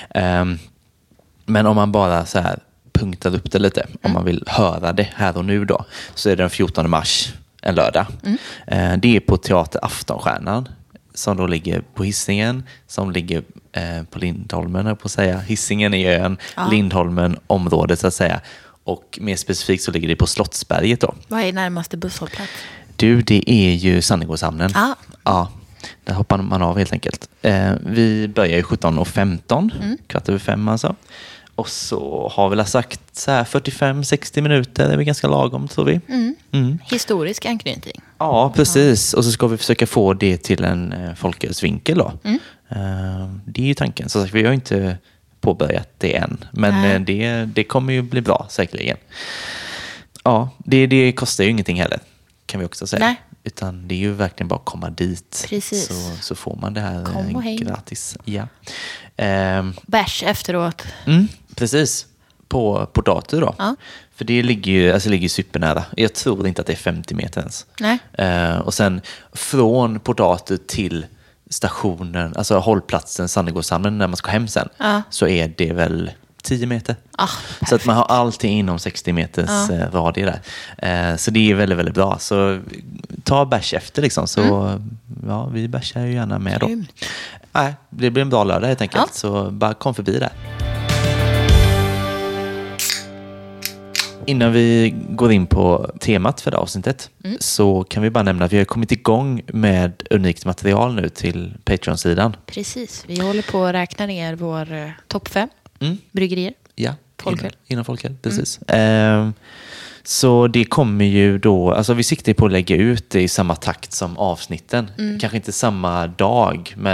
Men om man bara så här punktar upp det lite, om man vill höra det här och nu då, så är det den 14 mars, en lördag. Det är på Teater Aftonstjärnan som då ligger på Hisingen, som ligger på Lindholmen, på att säga. Hisingen är ön, Lindholmen området så att säga. Och mer specifikt så ligger det på Slottsberget då. Vad är närmaste busshållplats? Du, det är ju Sannegårdshamnen. Ja, där hoppar man av helt enkelt. Vi börjar ju 17:15, 4:15 alltså. Och så har vi sagt så här 45-60 minuter, det är väl ganska lagom tror vi. Historisk anknytning. Ja, precis. Och så ska vi försöka få det till en folkölsvinkel då. Det är ju tanken. Så vi har inte påbörjat det än. Men det kommer ju bli bra säkerligen. Ja, det kostar ju ingenting heller, kan vi också säga. Nej. Utan det är ju verkligen bara att komma dit. Precis. Så får man det här gratis. Ja. Bärs efteråt. Precis. På dator då. För det ligger supernära. Jag tror inte att det är 50 meter ens. Nej. Och sen från Pordator till stationen, alltså hållplatsen Sannegårdshamnen när man ska hem sen, så är det väl 10 meter. Så att man har allting inom 60 meters radie där. Så det är väldigt, väldigt bra. Så ta bärs efter liksom. Så vi bärsar ju gärna med då. Nej, det blir en bra lördag helt enkelt. Så bara kom förbi där. Innan vi går in på temat för det avsnittet så kan vi bara nämna att vi har kommit igång med unikt material nu till Patreon-sidan. Precis, vi håller på att räkna ner vår topp 5 bryggerier. Ja, inom folköl, precis. Så det kommer ju då, alltså vi siktar på att lägga ut det i samma takt som avsnitten. Kanske inte samma dag, men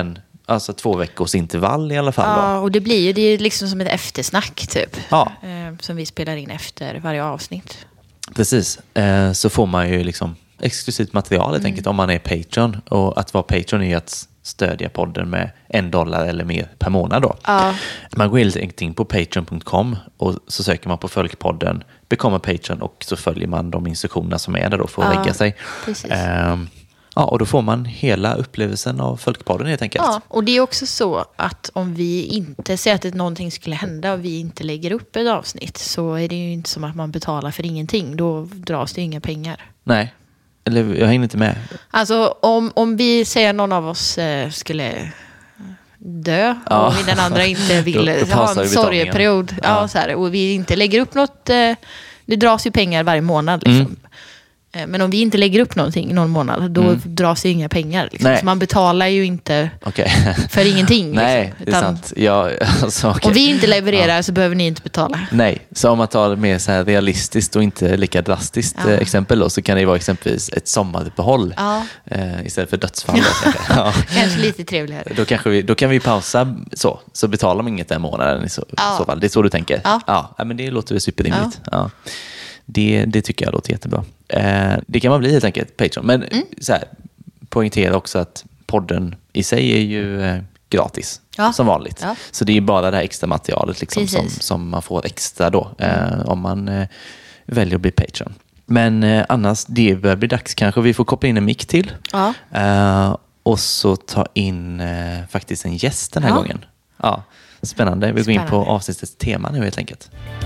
alltså 2 veckors intervall i alla fall. Ja, då. och det är liksom som ett eftersnack typ. Ja. Som vi spelar in efter varje avsnitt. Precis, så får man ju liksom exklusivt material helt enkelt om man är Patreon. Och att vara Patreon är att stödja podden med $1 eller mer per månad då. Ja. Man går helt enkelt in på patreon.com och så söker man på Folkpodden, bekommer Patreon och så följer man de instruktioner som är där då för att lägga sig. Och då får man hela upplevelsen av Folkpodden helt enkelt. Ja, och det är också så att om vi inte säger att någonting skulle hända och vi inte lägger upp ett avsnitt så är det ju inte som att man betalar för ingenting. Då dras det ju inga pengar. Nej, eller jag hänger inte med. Alltså om vi säger någon av oss skulle dö och den andra inte vill ha en sorgeperiod så här, och vi inte lägger upp något, det dras ju pengar varje månad liksom. Men om vi inte lägger upp någonting någon månad, då dras ju inga pengar. Liksom. Så man betalar ju inte för ingenting. Liksom. Nej, det är sant. Ja, alltså, om vi inte levererar så behöver ni inte betala. Nej, så om man tar mer så här realistiskt och inte lika drastiskt exempel då, så kan det vara exempelvis ett sommaruppehåll istället för dödsfall. Kanske lite trevligare. Då kan vi pausa så betalar man inget den månaden i så fall. Det är så du tänker? Ja, men det låter superrimligt. Ja. Det tycker jag låter jättebra. Det kan man bli helt enkelt, Patreon. Men så här, poängtera också att podden i sig är ju gratis, som vanligt. Ja. Så det är bara det här extra materialet liksom, som man får extra då, om man väljer att bli Patreon. Men annars, det börjar bli dags kanske. Vi får koppla in en mic till. Och så ta in faktiskt en gäst den här gången. Ja, spännande. Vi går in på avsnittets tema nu helt enkelt.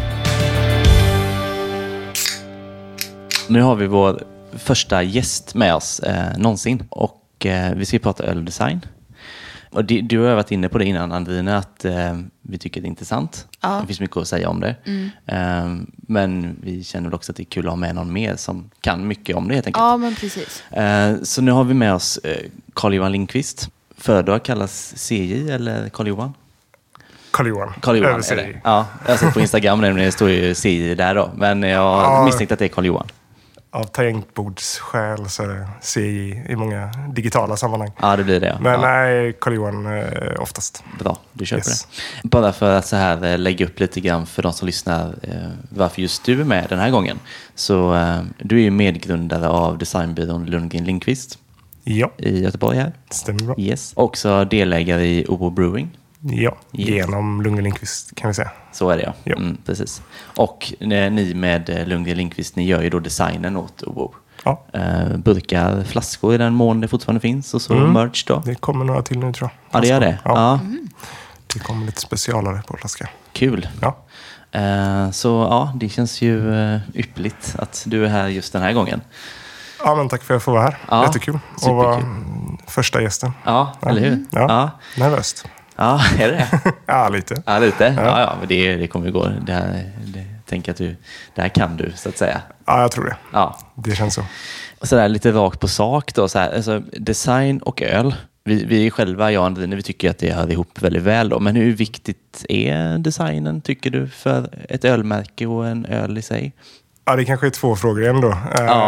Nu har vi vår första gäst med oss någonsin och vi ska prata öldesign. Och du har varit inne på det innan, Andrina, att vi tycker det är intressant. Det finns mycket att säga om det. Men vi känner väl också att det är kul att ha med någon mer som kan mycket om det helt enkelt. Ja, men precis. Så nu har vi med oss Carl-Johan Lindqvist. Föredrar kallas CJ eller Carl-Johan? Carl-Johan är det. Ja, jag har sett på Instagram nämligen, det står ju CJ där då. Men jag misstänkte att det är Carl-Johan. Av tangentbordsskäl så är det CJ i många digitala sammanhang. Ja, det blir det. Men nej, Carl-Johan oftast. Bra, du kör på det. Bara för att så här lägga upp lite grann för de som lyssnar varför just du är med den här gången. Så du är ju medgrundare av designbyrån Lundgren Lindqvist i Göteborg här. Stämmer bra. Yes. Också delägare i OBO Brewing. Ja, genom Lundgren Lindqvist kan vi säga. Så är det precis. Och ni med Lundgren Lindqvist, ni gör ju då designen åt OBO. Ja. Burkar, flaskor i den mån det fortfarande finns och så merch då. Det kommer några till nu tror jag. Ja, det gör det. Ja. Det kommer lite specialare på flaska. Kul. Ja. Så det känns ju ypperligt att du är här just den här gången. Ja, men tack för att jag får vara här. Ja, jättekul. Och vara första gästen. Ja, eller hur? Ja. Nervöst. Ja, är det? Ja, lite. Ja, lite. Ja, men det kommer ju gå. Tänker att det här kan du, så att säga. Ja, jag tror det. Ja. Det känns så. Och så där lite rakt på sak då. Så här, alltså, design och öl. Vi själva, jag och Andrine, vi tycker att det hör ihop väldigt väl då. Men hur viktigt är designen, tycker du, för ett ölmärke och en öl i sig? Ja, det kanske är 2 frågor igen då.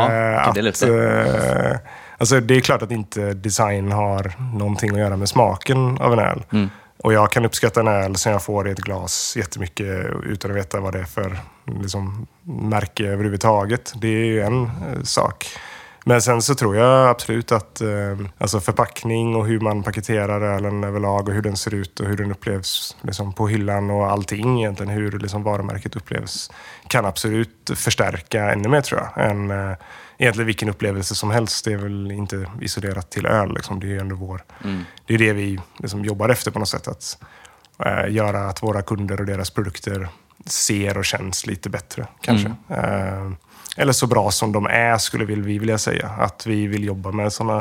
Alltså det är klart att inte design har någonting att göra med smaken av en öl. Och jag kan uppskatta en öl som jag får i ett glas jättemycket utan att veta vad det är för liksom, märke överhuvudtaget. Det är ju en sak. Men sen så tror jag absolut att alltså förpackning och hur man paketerar ölen överlag och hur den ser ut och hur den upplevs liksom, på hyllan och allting egentligen, hur liksom, varumärket upplevs, kan absolut förstärka ännu mer tror jag än egentligen vilken upplevelse som helst. Det är väl inte isolerat till öl liksom. Det är ändå det är det vi liksom, jobbar efter på något sätt, att göra att våra kunder och deras produkter ser och känns lite bättre kanske. Eller så bra som de är, skulle vi vilja säga. Att vi vill jobba med sådana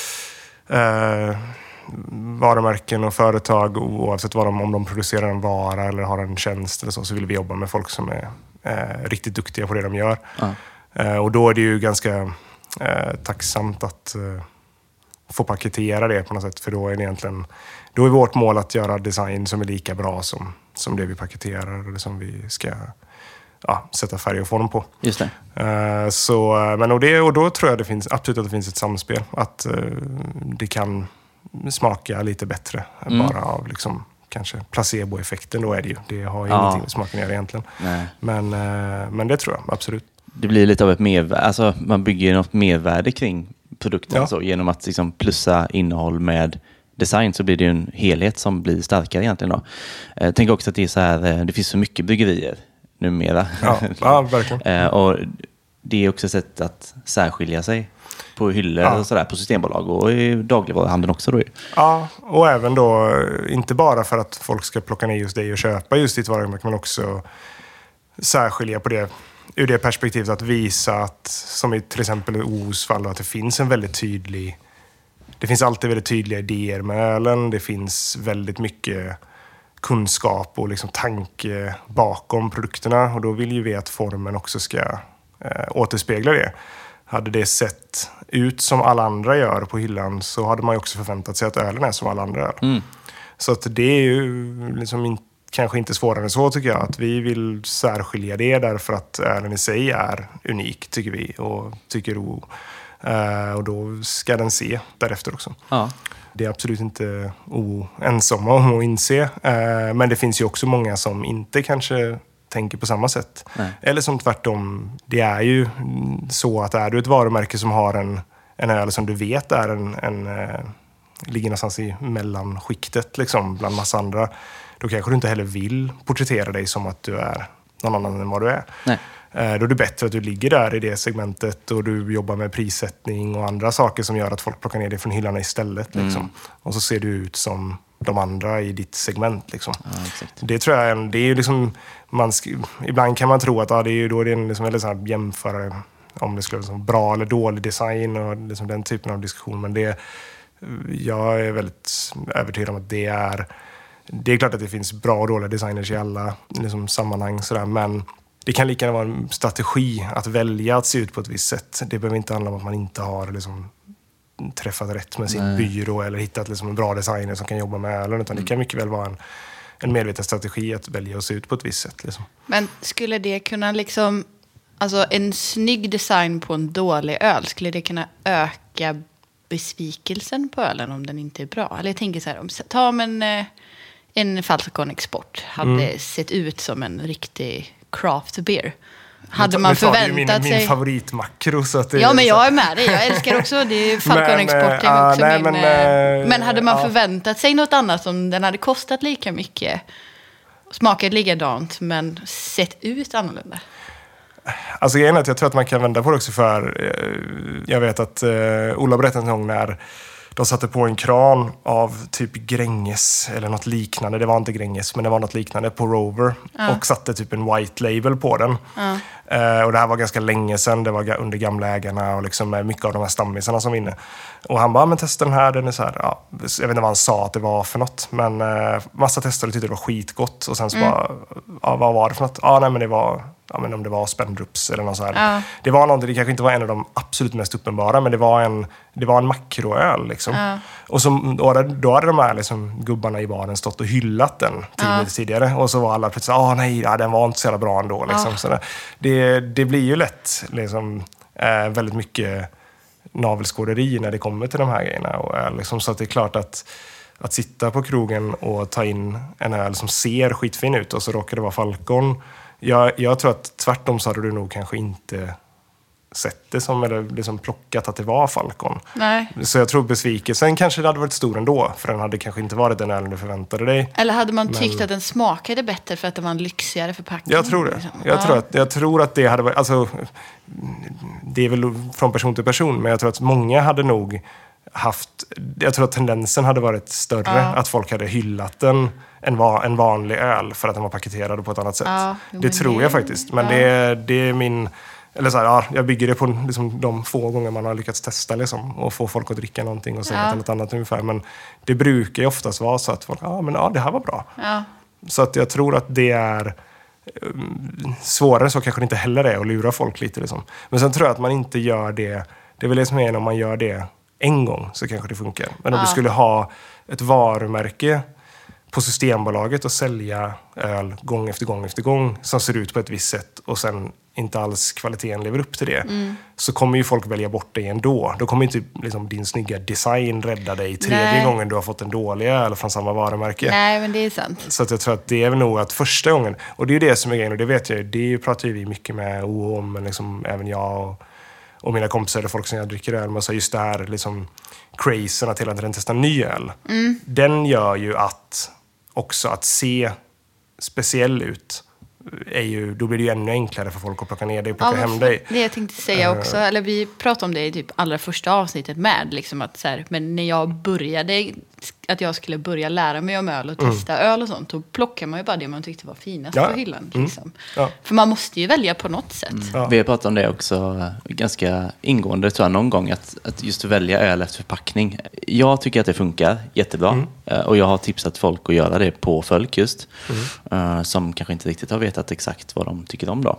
varumärken och företag, oavsett om de producerar en vara eller har en tjänst eller så vill vi jobba med folk som är riktigt duktiga på det de gör. Och då är det ju ganska tacksamt att få paketera det på något sätt, för då är vårt mål att göra design som är lika bra som det vi paketerar eller som vi ska sätta färg och form på. Just det. Men och då tror jag absolut att det finns ett samspel. Att det kan smaka lite bättre. Bara av liksom, kanske placeboeffekten då är det ju. Det har ju ingenting med smaken att göra egentligen. Men det tror jag, absolut. Det blir lite av ett mervärde, alltså man bygger något mervärde kring produkten så, genom att liksom plussa innehåll med design, så blir det ju en helhet som blir starkare egentligen då. Jag tänker också att det är så här, det finns så mycket bryggerier numera. Ja, verkligen. Och det är också ett sätt att särskilja sig på hyllor och sådär, på Systembolag och i dagligvaruhandeln också då. Ja, och även då, inte bara för att folk ska plocka ner just dig och köpa just ditt varumärke, men också särskilja på det ur det perspektivet att visa att, som i till exempel O's fall, att det finns en väldigt tydlig, det finns alltid väldigt tydliga idéer med ölen, det finns väldigt mycket kunskap och liksom tanke bakom produkterna, och då vill ju vi att formen också ska återspegla det. Hade det sett ut som alla andra gör på hyllan, så hade man ju också förväntat sig att ölen är som alla andra öl. Så att det är ju liksom kanske inte svårare än så, tycker jag. Att vi vill särskilja det därför att ölen i sig är unik, tycker vi. Och tycker och då ska den se därefter också. Ja. Det är absolut inte ensamma om att inse. Men det finns ju också många som inte kanske tänker på samma sätt. Nej. Eller som tvärtom. Det är ju så att är du ett varumärke som har en öl som du vet är ligger någonstans i mellanskiktet liksom, bland massa andra, då kanske du inte heller vill porträttera dig som att du är någon annan än vad du är. Nej. Då är det bättre att du ligger där i det segmentet och du jobbar med prissättning och andra saker som gör att folk plockar ner dig från hyllarna istället. Liksom. Och så ser du ut som de andra i ditt segment. Liksom. Ja, det tror jag det är ju liksom, ibland kan man tro att det är då det är en liksom, eller så här jämförare om det skulle vara liksom bra eller dålig design och liksom den typen av diskussion. Men jag är väldigt övertygad om att det är klart att det finns bra och dåliga designers i alla liksom, sammanhang. Sådär, men det kan lika gärna vara en strategi att välja att se ut på ett visst sätt. Det behöver inte handla om att man inte har liksom, träffat rätt med sin byrå eller hittat liksom, en bra designer som kan jobba med ölen. Utan det kan mycket väl vara en medveten strategi att välja att se ut på ett visst sätt. Liksom. Men skulle det kunna liksom, alltså en snygg design på en dålig öl, skulle det kunna öka besvikelsen på ölen om den inte är bra? Eller jag tänker så här, ta om en Falcon Export hade sett ut som en riktig craft beer. Hade man förväntat sig... min favoritmakro. Så att det men jag är med dig. Jag älskar också det. Falcon Export är också men hade man förväntat sig något annat om den hade kostat lika mycket, smakat likadant, men sett ut annorlunda? Alltså grejen är att jag tror att man kan vända på det också, för jag vet att Ola berättade en gång när de satte på en kran av typ Gränges eller något liknande. Det var inte Gränges, men det var något liknande på Rover. Och satte typ en white label på den. Och det här var ganska länge sedan. Det var under gamla ägarna och liksom mycket av de här stammisarna som var inne. Och han bara, men testa den här. Den är så här, jag vet inte vad han sa att det var för något. Men massa testare tyckte det var skitgott. Och sen så bara, vad var det för något? Nej, men det var... men om det var Spendrups eller något så här. Det var något, det kanske inte var en av de absolut mest uppenbara, men det var en makroöl liksom. Och då hade de här liksom, gubbarna i baren stått och hyllat den 10 minuter tidigare, och så var alla plötsligt den var inte så jävla bra ändå liksom. Så det blir ju lätt liksom, väldigt mycket navelskåderi när det kommer till de här grejerna och öl liksom. Så att det är klart att sitta på krogen och ta in en öl som ser skitfin ut och så råkar det vara Falcon. Jag tror att tvärtom så hade du nog kanske inte sett det som, eller liksom plockat att det var Falcon. Nej. Så jag tror besvikelsen kanske hade varit stor ändå, för den hade kanske inte varit den ölen du förväntade dig. Eller hade man tyckt att den smakade bättre för att det var en lyxigare förpackning? Jag tror det. Liksom. Jag tror att det hade varit, alltså, det är väl från person till person, men jag tror att många hade nog jag tror att tendensen hade varit större att folk hade hyllat den en vanlig öl för att den var paketerad på ett annat sätt. Det tror jag faktiskt. Men det är min... Eller så här, jag bygger det på liksom, de få gånger man har lyckats testa liksom, och få folk att dricka någonting och säga att det är något annat ungefär. Men det brukar ju oftast vara så att folk, det här var bra. Så att jag tror att det är svårare, så kanske det inte heller är att lura folk lite. Liksom. Men sen tror jag att man inte gör det. Det är väl det som är, om man gör det en gång så kanske det funkar. Men om du skulle ha ett varumärke på Systembolaget och sälja öl gång efter gång efter gång som ser ut på ett visst sätt och sen inte alls kvaliteten lever upp till det, så kommer ju folk välja bort det ändå. Då kommer inte liksom din snygga design rädda dig tredje gången du har fått en dålig öl från samma varumärke. Nej, men det är sant. Så att jag tror att det är väl nog att första gången, och det är ju det som är grejen, och det vet jag, det pratar ju vi mycket med OO om, men liksom även jag och mina kompisar och folk som jag dricker öl med, så just det här liksom crazen att hela tiden testa ny öl. Den gör ju att också att se speciell ut då blir det ju ännu enklare för folk att plocka ner dig och plocka hem dig. Det jag tänkte säga också, eller vi pratade om det i typ allra första avsnittet med, liksom att så här, men när jag började, att jag skulle börja lära mig om öl och testa öl och sånt, då plockar man ju bara det man tyckte var finast på hyllan. Liksom. För man måste ju välja på något sätt. Vi har pratat om det också ganska ingående, tror jag, någon gång, att just välja öl efter förpackning. Jag tycker att det funkar jättebra. Och jag har tipsat folk att göra det på folk just. Som kanske inte riktigt har vetat exakt vad de tycker om då.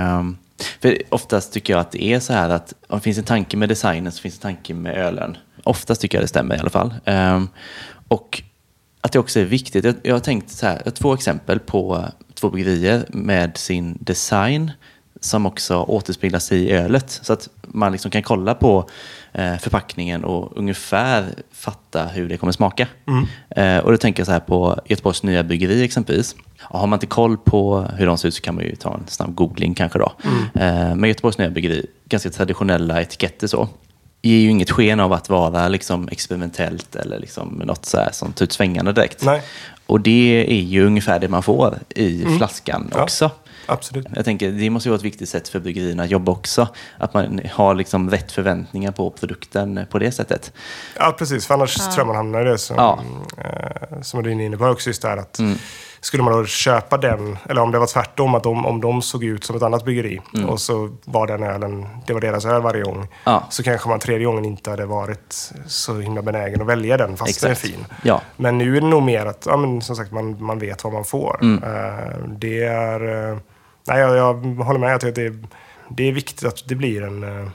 För oftast tycker jag att det är så här att om det finns en tanke med designen så finns det en tanke med ölen. Oftast tycker jag det stämmer i alla fall. Och att det också är viktigt. Jag har tänkt så här, 2 exempel på 2 bryggerier med sin design som också återspeglas i ölet. Så att man liksom kan kolla på förpackningen och ungefär fatta hur det kommer smaka. Och då tänker jag så här på Göteborgs nya bryggeri exempelvis. Och har man inte koll på hur de ser ut så kan man ju ta en snabb googling kanske då. Men Göteborgs nya bryggeri, ganska traditionella etiketter så. Ger ju inget sken av att vara liksom experimentellt eller liksom något så här som tar ut svängarna direkt. Nej. Och det är ju ungefär det man får i flaskan också. Absolut. Jag tänker, det måste ju vara ett viktigt sätt för bryggerierna att jobba också. Att man har rätt förväntningar på produkten på det sättet. Ja, precis. För annars tror jag man hamnar i det som du är inne på också, just där att skulle man då köpa den, eller om det var tvärtom, att om de såg ut som ett annat bryggeri och så var den ölen, det var deras öl varje gång, så kanske man tredje gången inte hade varit så himla benägen att välja den fast den är fin. Ja. Men nu är det nog mer att, som sagt, man vet vad man får. Det är... Nej, jag håller med. Jag tycker att det är viktigt att det blir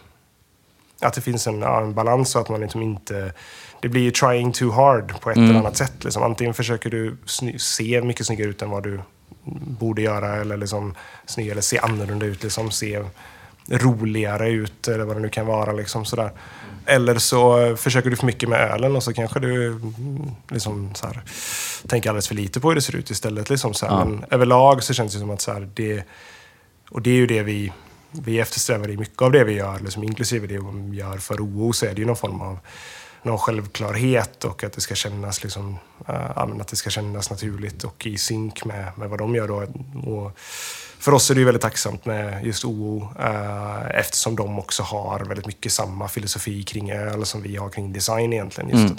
att det finns en balans så att man liksom inte... Det blir ju trying too hard på ett eller annat sätt. Liksom. Antingen försöker du se mycket snyggare ut än vad du borde göra, eller liksom eller se annorlunda ut, liksom se roligare ut eller vad det nu kan vara. Liksom, sådär. Eller så försöker du för mycket med ölen och så kanske du liksom, så här, tänker alldeles för lite på hur det ser ut istället. Liksom, så här. Men överlag så känns det som att så här, det är ju det vi eftersträvar i mycket av det vi gör, liksom, inklusive det vi gör för OO, så är det ju någon form av någon självklarhet och att det ska kännas liksom, att det ska kännas naturligt och i synk med vad de gör då. Och för oss är det ju väldigt tacksamt med just OO eftersom de också har väldigt mycket samma filosofi kring öl som vi har kring design egentligen. Just att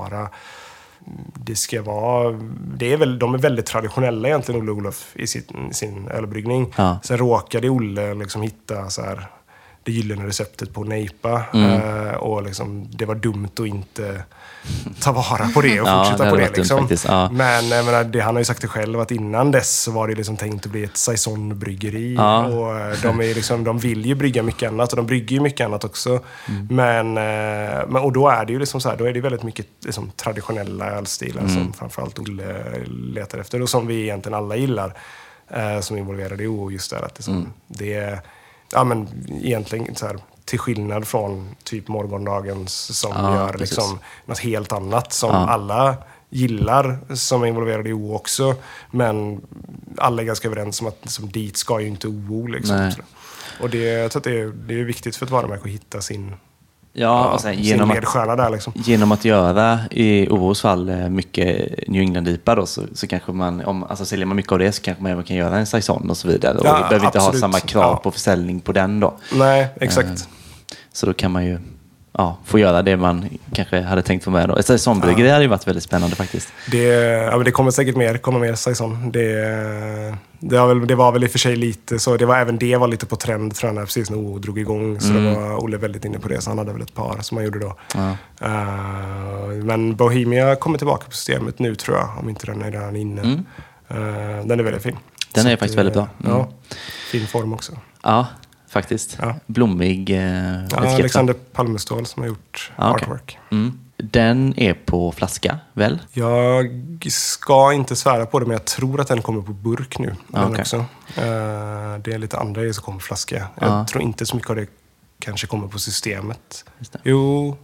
de är väldigt traditionella egentligen, Olle och Olof, i sin ölbryggning. Sen råkade Olle liksom hitta så här det gyllene receptet på nejpa och liksom, det var dumt att inte ta vara på det och fortsätta på det liksom. Men jag menar, han har ju sagt det själv att innan dess så var det liksom tänkt att bli ett saison-bryggeri och de vill ju brygga mycket annat och de brygger ju mycket annat också. Men och då är det ju liksom så här, då är det väldigt mycket liksom traditionella ölstilar som framförallt Olle letar efter och som vi egentligen alla gillar som involverade i OO, just där att det är men egentligen så här, till skillnad från typ morgondagens som gör liksom något helt annat som alla gillar, som är involverade i OO också, men alla är ganska överens om att liksom, dit ska ju inte OO liksom. Och jag tror att det är viktigt för ett varumärke att hitta sin och sen genom där, liksom. Genom att göra i OOs fall mycket New England-IPA då, så kanske man, säljer man mycket av det så kanske man även kan göra en saison och så vidare. Och behöver inte ha samma krav på försäljning på den då. Nej, exakt. Så då kan man ju få göra det man kanske hade tänkt få med då. Ett saisonbryggeri hade ju varit väldigt spännande faktiskt. Det kommer säkert komma mer saison. Det var väl i och för sig lite så. Det var lite på trend för när precis när OO drog igång. Så det var Olle väldigt inne på det. Så han hade väl ett par som han gjorde då. Men Bohemia kommer tillbaka på systemet nu, tror jag. Om inte den är redan inne. Den är väldigt fin. Den är faktiskt väldigt bra. Ja, fin form också. Ja, faktiskt. Blommig etikett. Alexander Palmestål som har gjort artwork. Den är på flaska, väl? Jag ska inte svära på det, men jag tror att den kommer på burk nu. Den också. Det är lite andra grejer som kommer på flaska. Jag tror inte så mycket av det kanske kommer på systemet. Jo,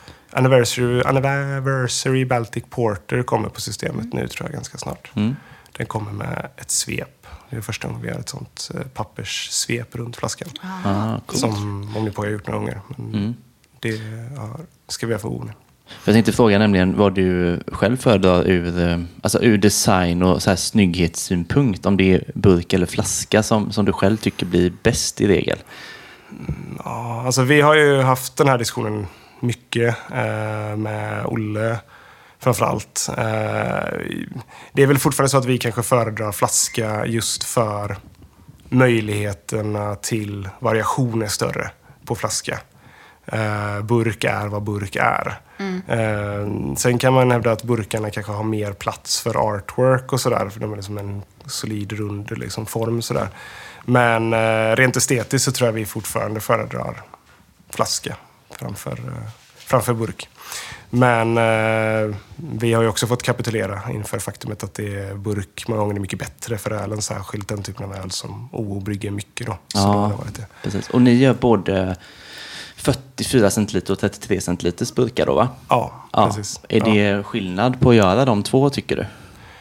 Anniversary Baltic Porter kommer på systemet nu, tror jag, ganska snart. Den kommer med ett svep. Det är första gången vi har ett sånt papperssvep runt flaskan. Som om ni på har gjort några gånger. Men det ska vi göra för orden. Jag tänkte fråga nämligen vad du själv föredrar ur design och så här snygghetssynpunkt. Om det är burk eller flaska som du själv tycker blir bäst i regel. Ja, alltså vi har ju haft den här diskussionen mycket med Olle framförallt. Det är väl fortfarande så att vi kanske föredrar flaska just för möjligheterna till variation är större på flaska. Burk är vad burk är. Sen kan man hävda att burkarna kanske har mer plats för artwork och sådär, för de är liksom en solid rund liksom form sådär. Men rent estetiskt så tror jag vi fortfarande föredrar flaska framför burk. Men vi har ju också fått kapitulera inför faktumet att det är burk många gånger är mycket bättre för ölen, särskilt den typen av öl som OO brygger mycket då. Så ja, det. Precis. Och ni gör både 44 centiliter och 33 centiliter burkar då, va? Ja, precis. Är det skillnad på att göra de två, tycker du?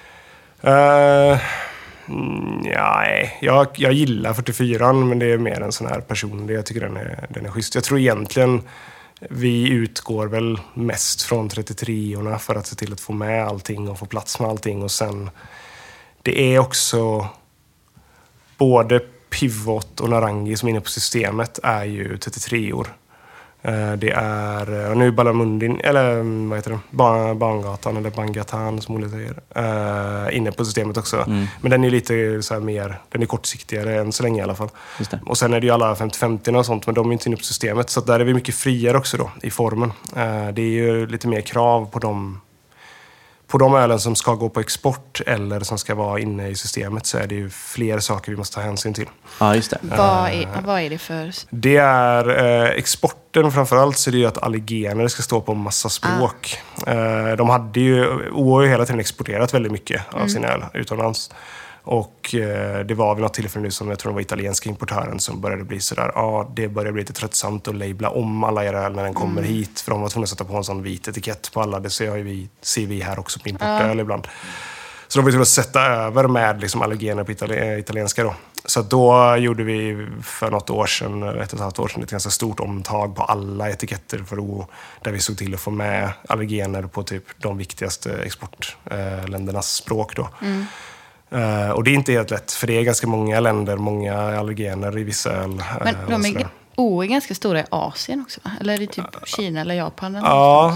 Nej, jag gillar 44, men det är mer en sån här person. Jag tycker den är schysst. Jag tror egentligen vi utgår väl mest från 33orna för att se till att få med allting och få plats med allting. Och sen, det är också både Pivot och Narangi som är inne på systemet är ju 33or. Det är nu Balamundin, eller vad heter det? Bangatan eller Bangatan som Olle säger, inne på systemet också. Men den är lite så här mer, den är kortsiktigare än så länge i alla fall. Och sen är det ju alla 50-50 och sånt, men de är inte inne på systemet, så där är vi mycket friare också då i formen. Det är ju lite mer krav på de ölen som ska gå på export eller som ska vara inne i systemet, så är det ju fler saker vi måste ta hänsyn till. Ja, just det. Vad är det för? Det är exporten framförallt, så är det ju att allergener ska stå på en massa språk. De hade ju, OO har ju hela tiden exporterat väldigt mycket av sin öl utomlands. Och det var vid något tillfälle nu som jag tror det var italienska importören som började bli sådär, det börjar bli lite tröttsamt att labla om alla era öl när den kommer hit. För de var tvungna att sätta på en sån vit etikett på alla. Det ser vi här också på importöl ibland. Så de var tvungna att sätta över med liksom allergener på italienska då. Så då gjorde vi för något år sedan, ett år sedan, ett ganska stort omtag på alla etiketter för OO, där vi såg till att få med allergener på typ de viktigaste exportländernas språk då. Och det är inte helt lätt, för det är ganska många länder, många allergener i vissa öl. Men de är ganska stora i Asien också, va? Eller är det typ Kina eller Japan? Eller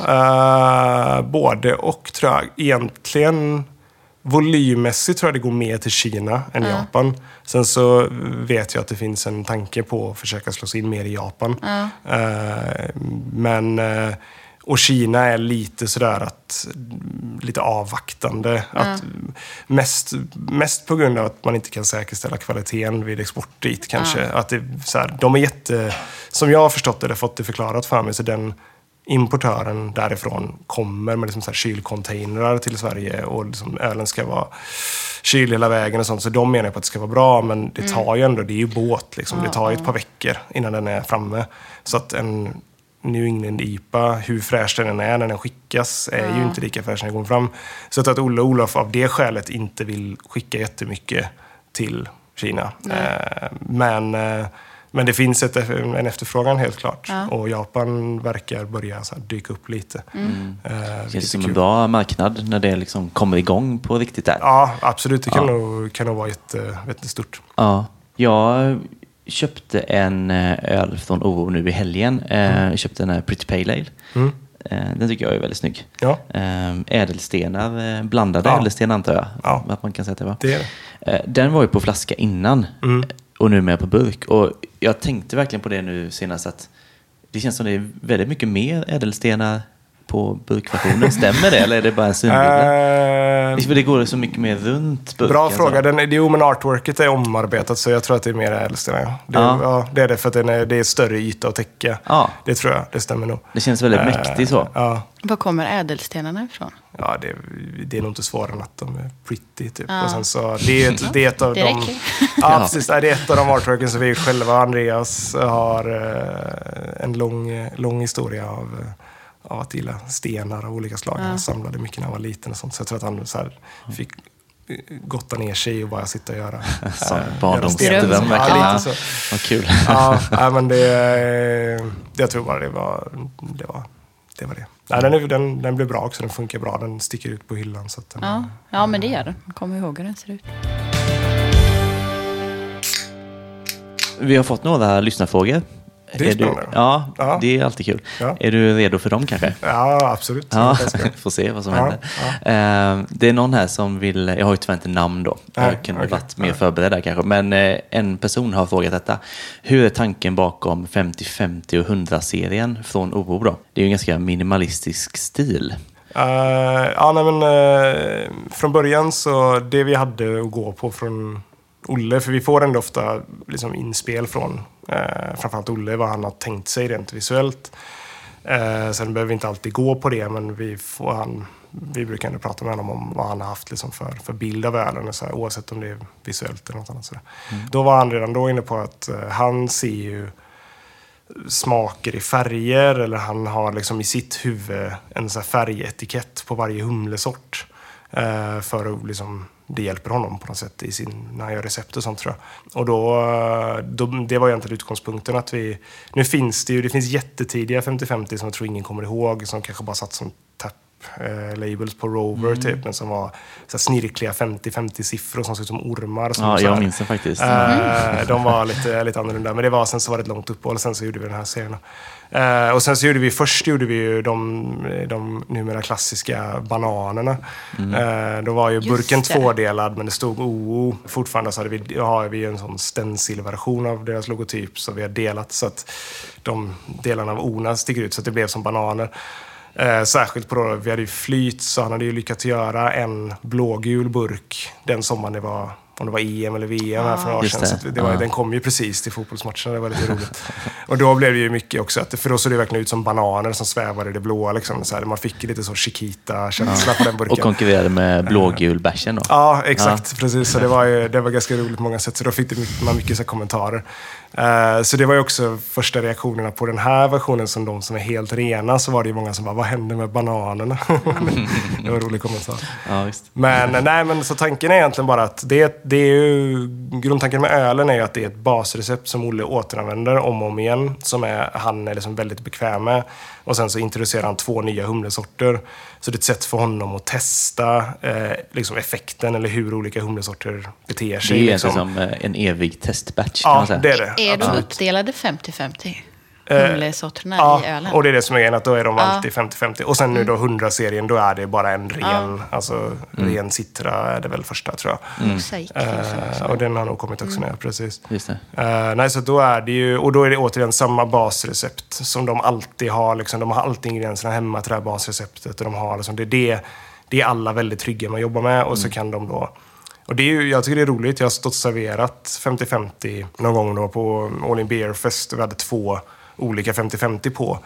både och tror jag. Egentligen volymmässigt tror jag det går mer till Kina än Japan. Sen så vet jag att det finns en tanke på att försöka slå sig in mer i Japan. Och Kina är lite sådär lite avvaktande. Att mest på grund av att man inte kan säkerställa kvaliteten vid export dit kanske. Att det, såhär, de är som jag har förstått det, fått det förklarat för mig, så den importören därifrån kommer med liksom så här kylcontainrar till Sverige och liksom ölen ska vara kyl hela vägen och sånt. Så de menar på att det ska vara bra, men det tar ju ändå, det är ju båt liksom. Det tar ju ett par veckor innan den är framme. Så att en New England IPA, hur fräsch den är när den skickas, är ju inte lika fräsch när den kommer fram. Så att Olle och Olof av det skälet inte vill skicka jättemycket till Kina. Men det finns en efterfrågan helt klart. Och Japan verkar börja så här dyka upp lite. Det känns som en bra marknad när det liksom kommer igång på riktigt där. Ja, absolut. Det kan nog vara jättestort. Ja, jag köpte en öl från OO nu i helgen. Jag köpte den här Pretty Pale Ale. Den tycker jag är väldigt snygg. Ja. Ädelstenar, blandade ädelstenar antar jag. Ja. Att man kan säga att det var. Det är det. Den var ju på flaska innan och nu med på burk. Och jag tänkte verkligen på det nu senast, att det känns som det är väldigt mycket mer ädelstenar på burkversionen. Stämmer det eller är det bara en synbild? Det går så mycket mer runt burken. Bra fråga. Men artworket är omarbetat så jag tror att det är mer ädelsten. Det är det för att det är större yta att täcka. Ja. Det tror jag, det stämmer nog. Det känns väldigt mäktigt så. Ja. Var kommer ädelstenarna ifrån? Ja, det är nog inte svårare än att de är pretty typ. Och sen så, det är ett av de... Ja, precis. Det är ett av de artworken som vi själva, Andreas, har en lång historia av att gilla stenar av olika slag. Han samlade mycket när han var liten och sånt. Så jag tror att han så här fick gotta ner sig och bara sitta och göra barndomsdröm verkligen. Vad kul. Ja, men jag tror bara det var det. Nej, den blir bra också. Den funkar bra. Den sticker ut på hyllan. Så att ja, men det gör den. Kom ihåg hur den ser ut. Vi har fått några lyssnarfrågor. Det är spännande. Ja, det är alltid kul. Ja. Är du redo för dem kanske? Ja, absolut. Ja, får se vad som händer. Ja. Det är någon här som vill... Jag har ju tyvärr inte namn då. Jag kunde varit mer förberedd där kanske. Men en person har frågat detta. Hur är tanken bakom 50-50 och 100-serien från Oro då? Det är ju en ganska minimalistisk stil. Från början så det vi hade att gå på från Olle, för vi får ändå ofta liksom inspel från framförallt Olle, vad han har tänkt sig rent visuellt. Sen behöver vi inte alltid gå på det, men vi brukar ändå prata med honom om vad han har haft liksom för bild av ölen, så här, oavsett om det är visuellt eller något annat. Då var han redan då inne på att han ser ju smaker i färger, eller han har liksom i sitt huvud en så här färgetikett på varje humlesort för att liksom det hjälper honom på något sätt när han gör recept och sånt, tror jag. Och då det var egentligen utgångspunkten att nu finns det finns jättetidiga 50-50 som jag tror ingen kommer ihåg, som kanske bara satt som labels på Rover typ, men som var så snirkliga 50-50 siffror som såg ut som ormar. Ja, jag minns det faktiskt. De var lite annorlunda, men sen så var det ett långt uppehåll, sen så gjorde vi den här serien. Och sen så gjorde vi ju de numera klassiska bananerna. Då var ju burken tvådelad, men det stod OO. Fortfarande så har vi en sån stencilversion av deras logotyp, så vi har delat så att de delarna av ONA sticker ut så att det blev som bananer. Särskilt på vi hade ju flyt, så han hade ju lyckats göra en blågul burk den sommaren det var, om det var EM eller VM här för några år sedan. Så den kom ju precis till fotbollsmatchen, det var lite roligt. Och då blev det ju mycket också, för då såg det verkligen ut som bananer som svävade i det blåa. Liksom. Så här, man fick lite så Chiquita-känsla på den burken. Och konkurrerade med blågul-bärsen då. Ja, exakt. Precis. Så det var ganska roligt på många sätt. Så då fick man mycket så kommentarer. Så det var ju också första reaktionerna på den här versionen, som de som är helt rena, så var det ju många som bara, vad händer med bananerna? Det var en rolig kommentar. Ja, visst. Men så tanken är egentligen bara att det är ju, grundtanken med ölen är ju att det är ett basrecept som Olle återanvänder om och om igen, som han är liksom väldigt bekväm med. Och sen så introducerar han 2 nya humlesorter. Så det är ett sätt för honom att testa liksom effekten eller hur olika humlesorter beter sig. Det är liksom som en evig testbatch. Ja, det är det. Är de uppdelade 50-50? Humlesorterna i ölen? Ja, och det är det som är grejen, att då är de alltid 50-50. Och sen nu då 100-serien, då är det bara en ren, ren citra är det väl första, tror jag. Och den har nog kommit också ner, precis. Just det. Nej, så då är det ju, och då är det återigen samma basrecept som de alltid har, liksom, de har alltid ingredienserna hemma till det här basreceptet, och de har liksom, det är alla väldigt trygga med att jobba med, och så kan de då. Och jag tycker det är roligt. Jag har stått och serverat 50-50 någon gång då på All In Beer Fest. Vi hade 2 olika 50-50 på.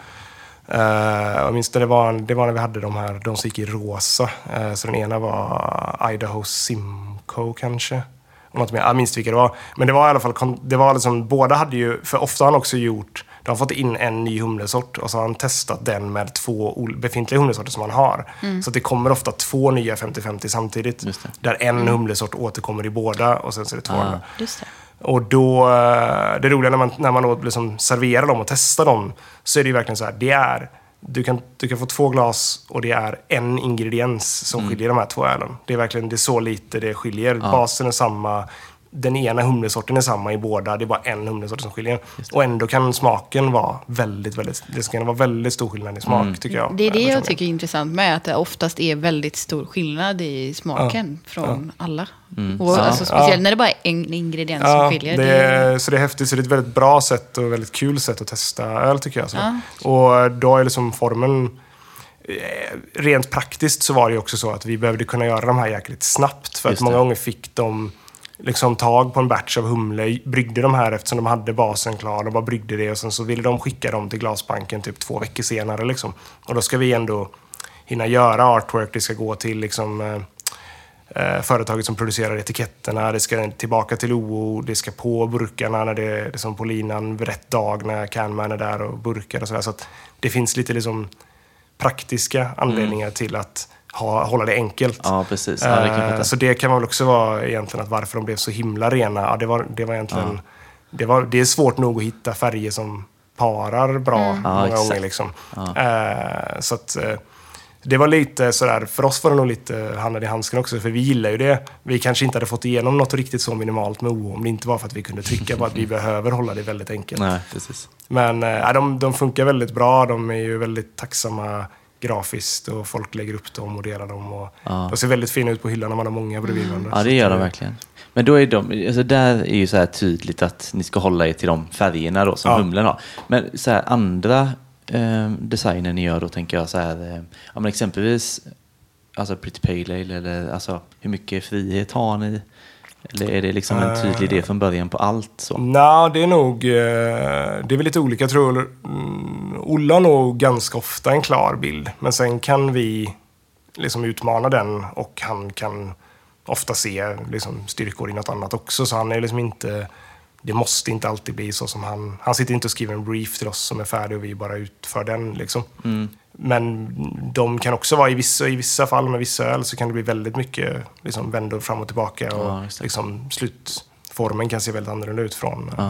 Jag minns det var när vi hade de som gick i rosa. Så den ena var Idaho Simcoe kanske. Jag minns vilka det var. Men det var i alla fall, det var liksom, båda hade ju, för ofta har han också gjort, de har fått in en ny humlesort och så har han testat den med 2 befintliga humlesorter som han har. Så att det kommer ofta 2 nya 50-50 samtidigt. Där en humlesort återkommer i båda, och sen så är det 2 andra. Och då, det roliga när man då liksom serverar dem och testar dem, så är det ju verkligen så här, du kan få 2 glas och det är en ingrediens som skiljer de här 2 ölen. Det är verkligen, det är så lite det skiljer. Basen är samma, den ena humlesorten är samma i båda, det är bara en humlesort som skiljer. Och ändå kan smaken vara det ska vara väldigt stor skillnad i smak, tycker jag. Det är det jag tycker är intressant med, att det oftast är väldigt stor skillnad i smaken från alla. Och alltså, speciellt när det bara är en ingrediens som skiljer. Så det är häftigt, så det är ett väldigt bra sätt och väldigt kul sätt att testa öl, tycker jag. Och då är liksom formen rent praktiskt så var det ju också så att vi behövde kunna göra de här jäkligt snabbt. För att många gånger fick de liksom tag på en batch av humle, bryggde de här eftersom de hade basen klar. De bara bryggde det och sen så ville de skicka dem till glasbanken typ 2 veckor senare. Liksom. Och då ska vi ändå hinna göra artwork. Det ska gå till liksom, företaget som producerar etiketterna. Det ska tillbaka till OO. Det ska på burkarna när det är liksom på linan rätt dag när Canman är där och burkar och sådär. Så att det finns lite liksom praktiska anledningar till att hålla det enkelt. Ja, precis. Ja, så det kan väl också vara egentligen att varför de blev så himla rena. Ja, det var egentligen... Ja. Det är svårt nog att hitta färger som parar bra många gånger. Liksom. Ja. Så att... Det var lite sådär, för oss var det nog lite handen i handsken också, för vi gillar ju det. Vi kanske inte hade fått igenom något riktigt så minimalt med OO om det inte var för att vi kunde trycka på att vi behöver hålla det väldigt enkelt. Nej, precis. Men de funkar väldigt bra, de är ju väldigt tacksamma grafiskt och folk lägger upp dem och delar dem. Och de ser väldigt fina ut på hyllan när man har många bredvid varandra. Ja, det gör de verkligen. Men då är alltså där är ju så här tydligt att ni ska hålla er till de färgerna då som humlen har. Men så här andra designen ni gör då tänker jag så här, ja men exempelvis alltså Pretty Pale Ale eller alltså hur mycket frihet har ni? Eller är det liksom en tydlig idé från början på allt så? Nej, det är nog det är väl lite olika. Jag tror Ola har nog ganska ofta en klar bild, men sen kan vi liksom utmana den och han kan ofta se liksom styrkor i något annat också, så han är liksom inte, det måste inte alltid bli så som han sitter inte och skriver en brief till oss som är färdig och vi bara utför den liksom. Men de kan också vara i vissa fall med vissa öl så kan det bli väldigt mycket liksom vändor fram och tillbaka och liksom slutformen kan se väldigt annorlunda ut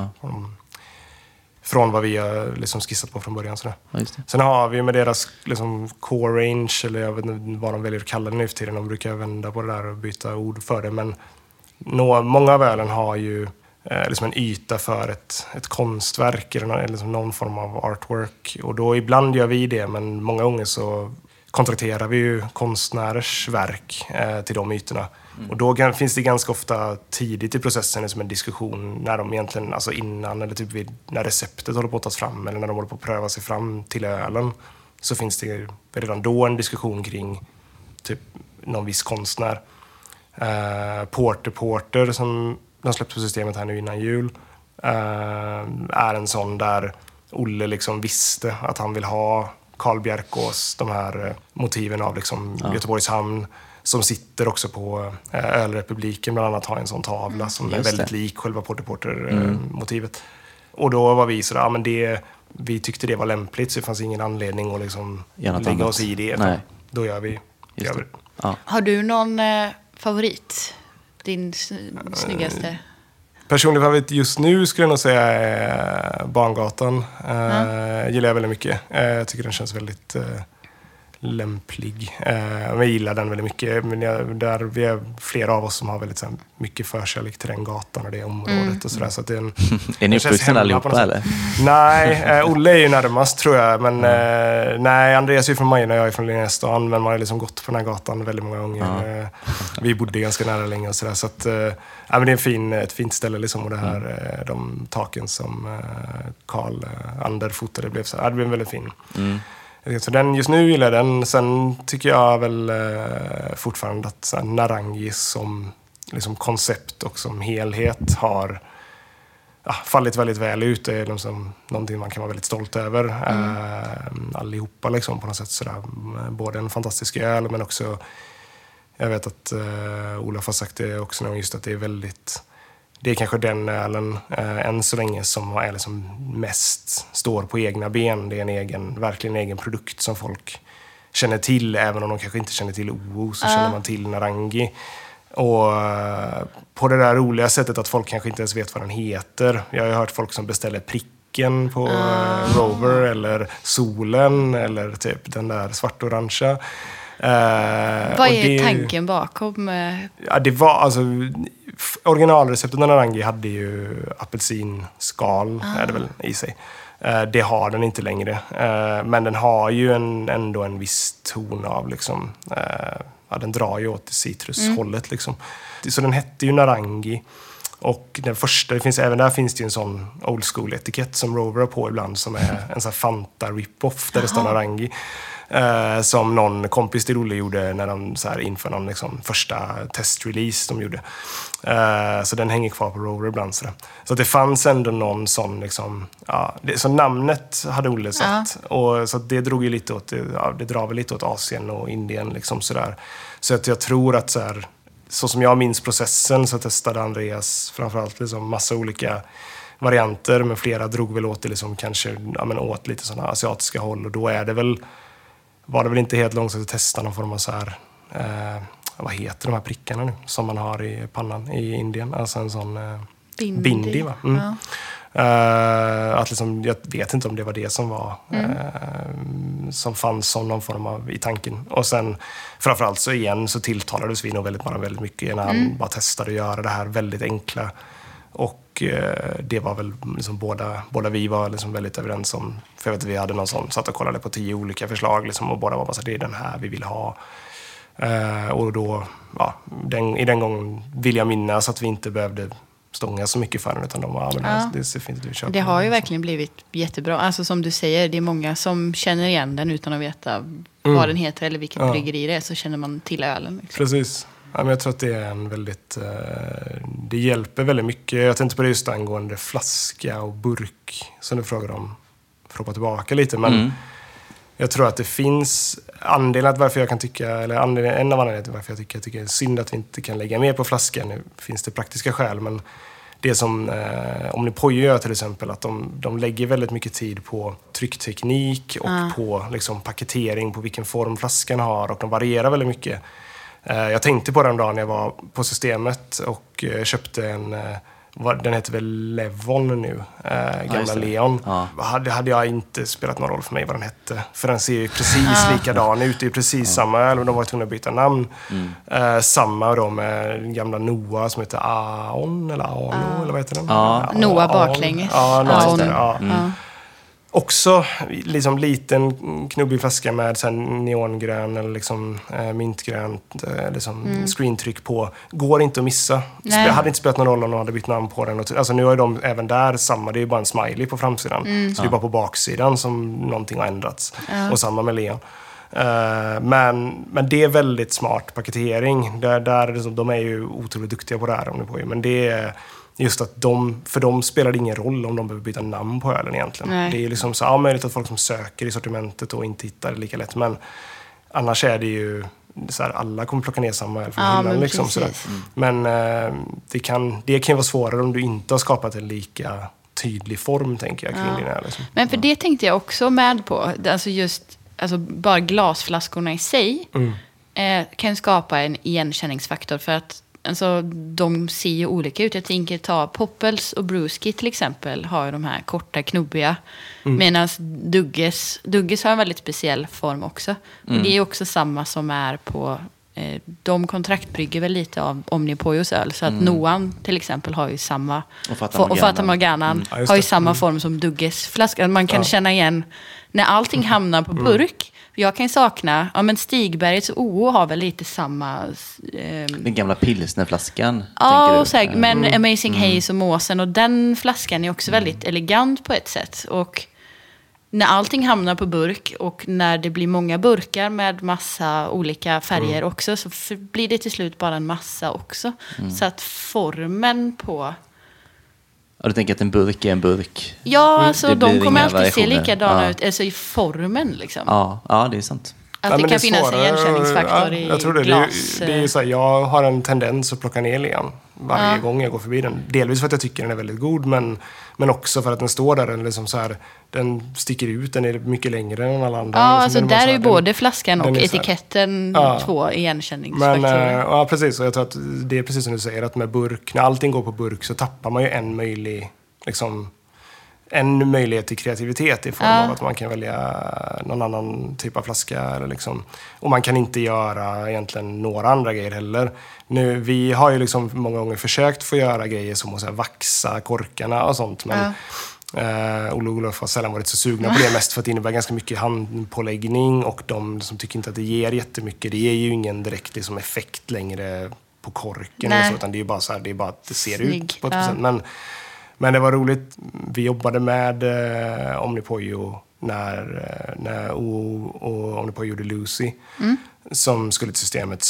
från vad vi har liksom skissat på från början. Sådär. Sen har vi med deras liksom core range, eller jag vet inte vad de väljer att kalla det nu för tiden. De brukar vända på det där och byta ord för det. Men många av ölen har ju liksom en yta för ett konstverk eller liksom någon form av artwork. Och då ibland gör vi det, men många gånger så kontrakterar vi ju konstnärers verk till de ytorna. Och då finns det ganska ofta tidigt i processen som en diskussion när de egentligen, alltså innan eller typ när receptet håller på att tas fram eller när de håller på att pröva sig fram till ölen, så finns det redan då en diskussion kring typ någon viss konstnär. Porter som de släppte på systemet här nu innan jul är en sån där Olle liksom visste att han vill ha Carl Bjerkås, de här motiven av liksom Göteborgs hamn, som sitter också på Ölrepubliken bland annat, har en sån tavla som är väldigt lik själva Porter-motivet. Och då var vi sådär, men vi tyckte det var lämpligt, så det fanns ingen anledning att liksom lägga oss i det. Nej. Då gör vi det. Ja. Har du någon favorit? Din snyggaste? Personlig favorit just nu skulle jag nog säga är Barngatan. Gillar jag väldigt mycket. Jag tycker den känns väldigt lämplig. Jag gillar den väldigt mycket. Men vi är flera av oss som har väldigt så här, mycket förkärlek till den gatan och det området och sådär. Så att det är ni uppvuxna allihopa eller? Nej, Olle är ju närmast tror jag. Men nej, Andreas är från Majorna och jag är från Linnéstan. Men man har liksom gått på den här gatan väldigt många gånger. Vi bodde ganska nära länge och sådär. Så att men det är ett fint ställe liksom. Och det här, de taken som Carl Ander fotade blev så här. Det blev väldigt fin. Så den, just nu gillar den. Sen tycker jag väl fortfarande att så här, Narangi som liksom koncept och som helhet har fallit väldigt väl ut. Det är liksom någonting man kan vara väldigt stolt över. Allihopa liksom, på något sätt. Så där. Både en fantastisk öl, men också, jag vet att Olof har sagt det också, just att det är väldigt... Det är kanske den ölen än så länge som är liksom mest står på egna ben. Det är verkligen en egen produkt som folk känner till. Även om de kanske inte känner till OO så känner man till Narangi. Och på det där roliga sättet att folk kanske inte ens vet vad den heter. Jag har hört folk som beställer pricken på Rover eller solen eller typ den där svart-orangea. Vad är tanken bakom? Ja, det var alltså originalreceptet av Narangi hade ju apelsinskal är det väl i sig. Det har den inte längre. Men den har ju ändå en viss ton av liksom, den drar ju åt citrushållet liksom. Så den hette ju Narangi. Och den första, där finns det ju en sån old school etikett som Rover har på ibland som är en sån här Fanta rip-off där det står Narangi. som någon kompis till Olle gjorde när de så här inför någon liksom, första testrelease de gjorde. Så den hänger kvar på Rover ibland. Så att det fanns ändå någon sån liksom, så namnet hade Olle satt. Och så det drog ju lite åt, det drar väl lite åt Asien och Indien liksom sådär. Så att jag tror att så som jag minns processen så testade Andreas framförallt liksom massa olika varianter, men flera drog väl åt det liksom kanske åt lite sådana asiatiska håll, och då var det väl inte helt långsamt att testa någon form av så här vad heter de här prickarna nu som man har i pannan i Indien, alltså en sån bindi va? Att liksom, jag vet inte om det var det som var som fanns som någon form av i tanken. Och sen framförallt så tilltalades vi nog väldigt mycket när han bara testade att göra det här väldigt enkla. Och det var väl liksom båda vi var liksom väldigt överens om, för jag vet att vi hade någon sån, satt och kollade på 10 olika förslag liksom, och båda var bara så det är den här vi vill ha. Och då, i den gången vill jag minnas att vi inte behövde stånga så mycket för den, utan de var, det ser fint ut. Det har ju verkligen blivit jättebra. Alltså som du säger, det är många som känner igen den utan att veta vad den heter eller vilket bryggeri det är, så känner man till ölen. Liksom. Precis. Ja, men jag tror att det är en väldigt... det hjälper väldigt mycket. Jag tänkte på det just angående flaska och burk som du frågade om, för att hoppa tillbaka lite. Men jag tror att det finns anledningar varför jag kan tycka, eller en av anledningarna till varför jag tycker det är synd att vi inte kan lägga mer på flaskan. Nu finns det praktiska skäl, men det som Omnipollo gör till exempel, att de lägger väldigt mycket tid på tryckteknik och på liksom, paketering, på vilken form flaskan har, och de varierar väldigt mycket. Jag tänkte på den dagen jag var på Systemet och köpte den heter väl Levon nu, gamla Leon. Hade jag inte spelat någon roll för mig vad den hette, för den ser ju precis likadan ut, det är precis samma, eller de var tvungna att byta namn. Samma då med gamla Noah som heter Aon eller Aono eller vad heter den? Noah baklänges. Också liksom liten knubbig flaska med så här neongrön eller liksom mintgrönt liksom screentryck på. Går inte att missa. Jag hade inte spelat någon roll om de hade bytt namn på den. Alltså nu har de även där samma, det är bara en smiley på framsidan. Så det är bara på baksidan som någonting har ändrats. Och samma med Leon. Men det är väldigt smart paketering. Där liksom, de är ju otroligt duktiga på det här. Men det är just att för dem spelar det ingen roll om de behöver byta namn på ölen egentligen. Nej. Det är liksom så möjligt att folk som söker i sortimentet och inte hittar det lika lätt. Men annars är det ju så här, alla kommer plocka ner samma öl från hyllan. Liksom, men det kan vara svårare om du inte har skapat en lika tydlig form, tänker jag, kring din öl. Liksom. Men för det tänkte jag också med på. Alltså bara glasflaskorna i sig kan skapa en igenkänningsfaktor, för att alltså, de ser ju olika ut. Jag tänker ta Poppels och Brewski till exempel, har ju de här korta, knubbiga. Medan Dugges har en väldigt speciell form också. Och det är också samma som är på... de kontraktbrygger väl lite av Omnipollos öl. Så att Noan till exempel har ju samma... Och Fata Morganan har ju samma form som Dugges flaska. Man kan känna igen när allting hamnar på burk. Jag kan sakna, men Stigbergets OO har väl lite samma... Den gamla pilsnerflaskan. Ja, men Amazing Haze och Måsen. Och den flaskan är också väldigt elegant på ett sätt. Och när allting hamnar på burk och när det blir många burkar med massa olika färger också, så blir det till slut bara en massa också. Så att formen på... Ja, du tänker att en burk är en burk? Ja, alltså de kommer alltid se likadana ut, alltså i formen liksom. Ja, det är sant. Att det kan finnas en igenkänningsfaktor i glas. Det är så här, jag har en tendens att plocka ner Leon varje gång jag går förbi den. Delvis för att jag tycker den är väldigt god, men också för att den står där. Den, liksom så här, den sticker ut, den är mycket längre än alla andra. Ja, alltså där är ju både flaskan och etiketten två igenkänningsfaktorer. Ja, precis. Och jag tror att det är precis som du säger, att med burk, när allting går på burk så tappar man ju en möjlighet till kreativitet i form av att man kan välja någon annan typ av flaska. Eller liksom. Och man kan inte göra egentligen några andra grejer heller. Vi har ju liksom många gånger försökt få göra grejer som att vaxa korkarna och sånt. Men Olle och Olof har sällan varit så sugna på det, mest för att det innebär ganska mycket handpåläggning. Och de som tycker inte att det ger jättemycket, det ger ju ingen direkt liksom, effekt längre på korken. Eller så, utan det är bara så här, det är bara att det ser ut på ett sätt. Men det var roligt. Vi jobbade med Omnipollo när OO gjorde Lucy som skulle till systemet,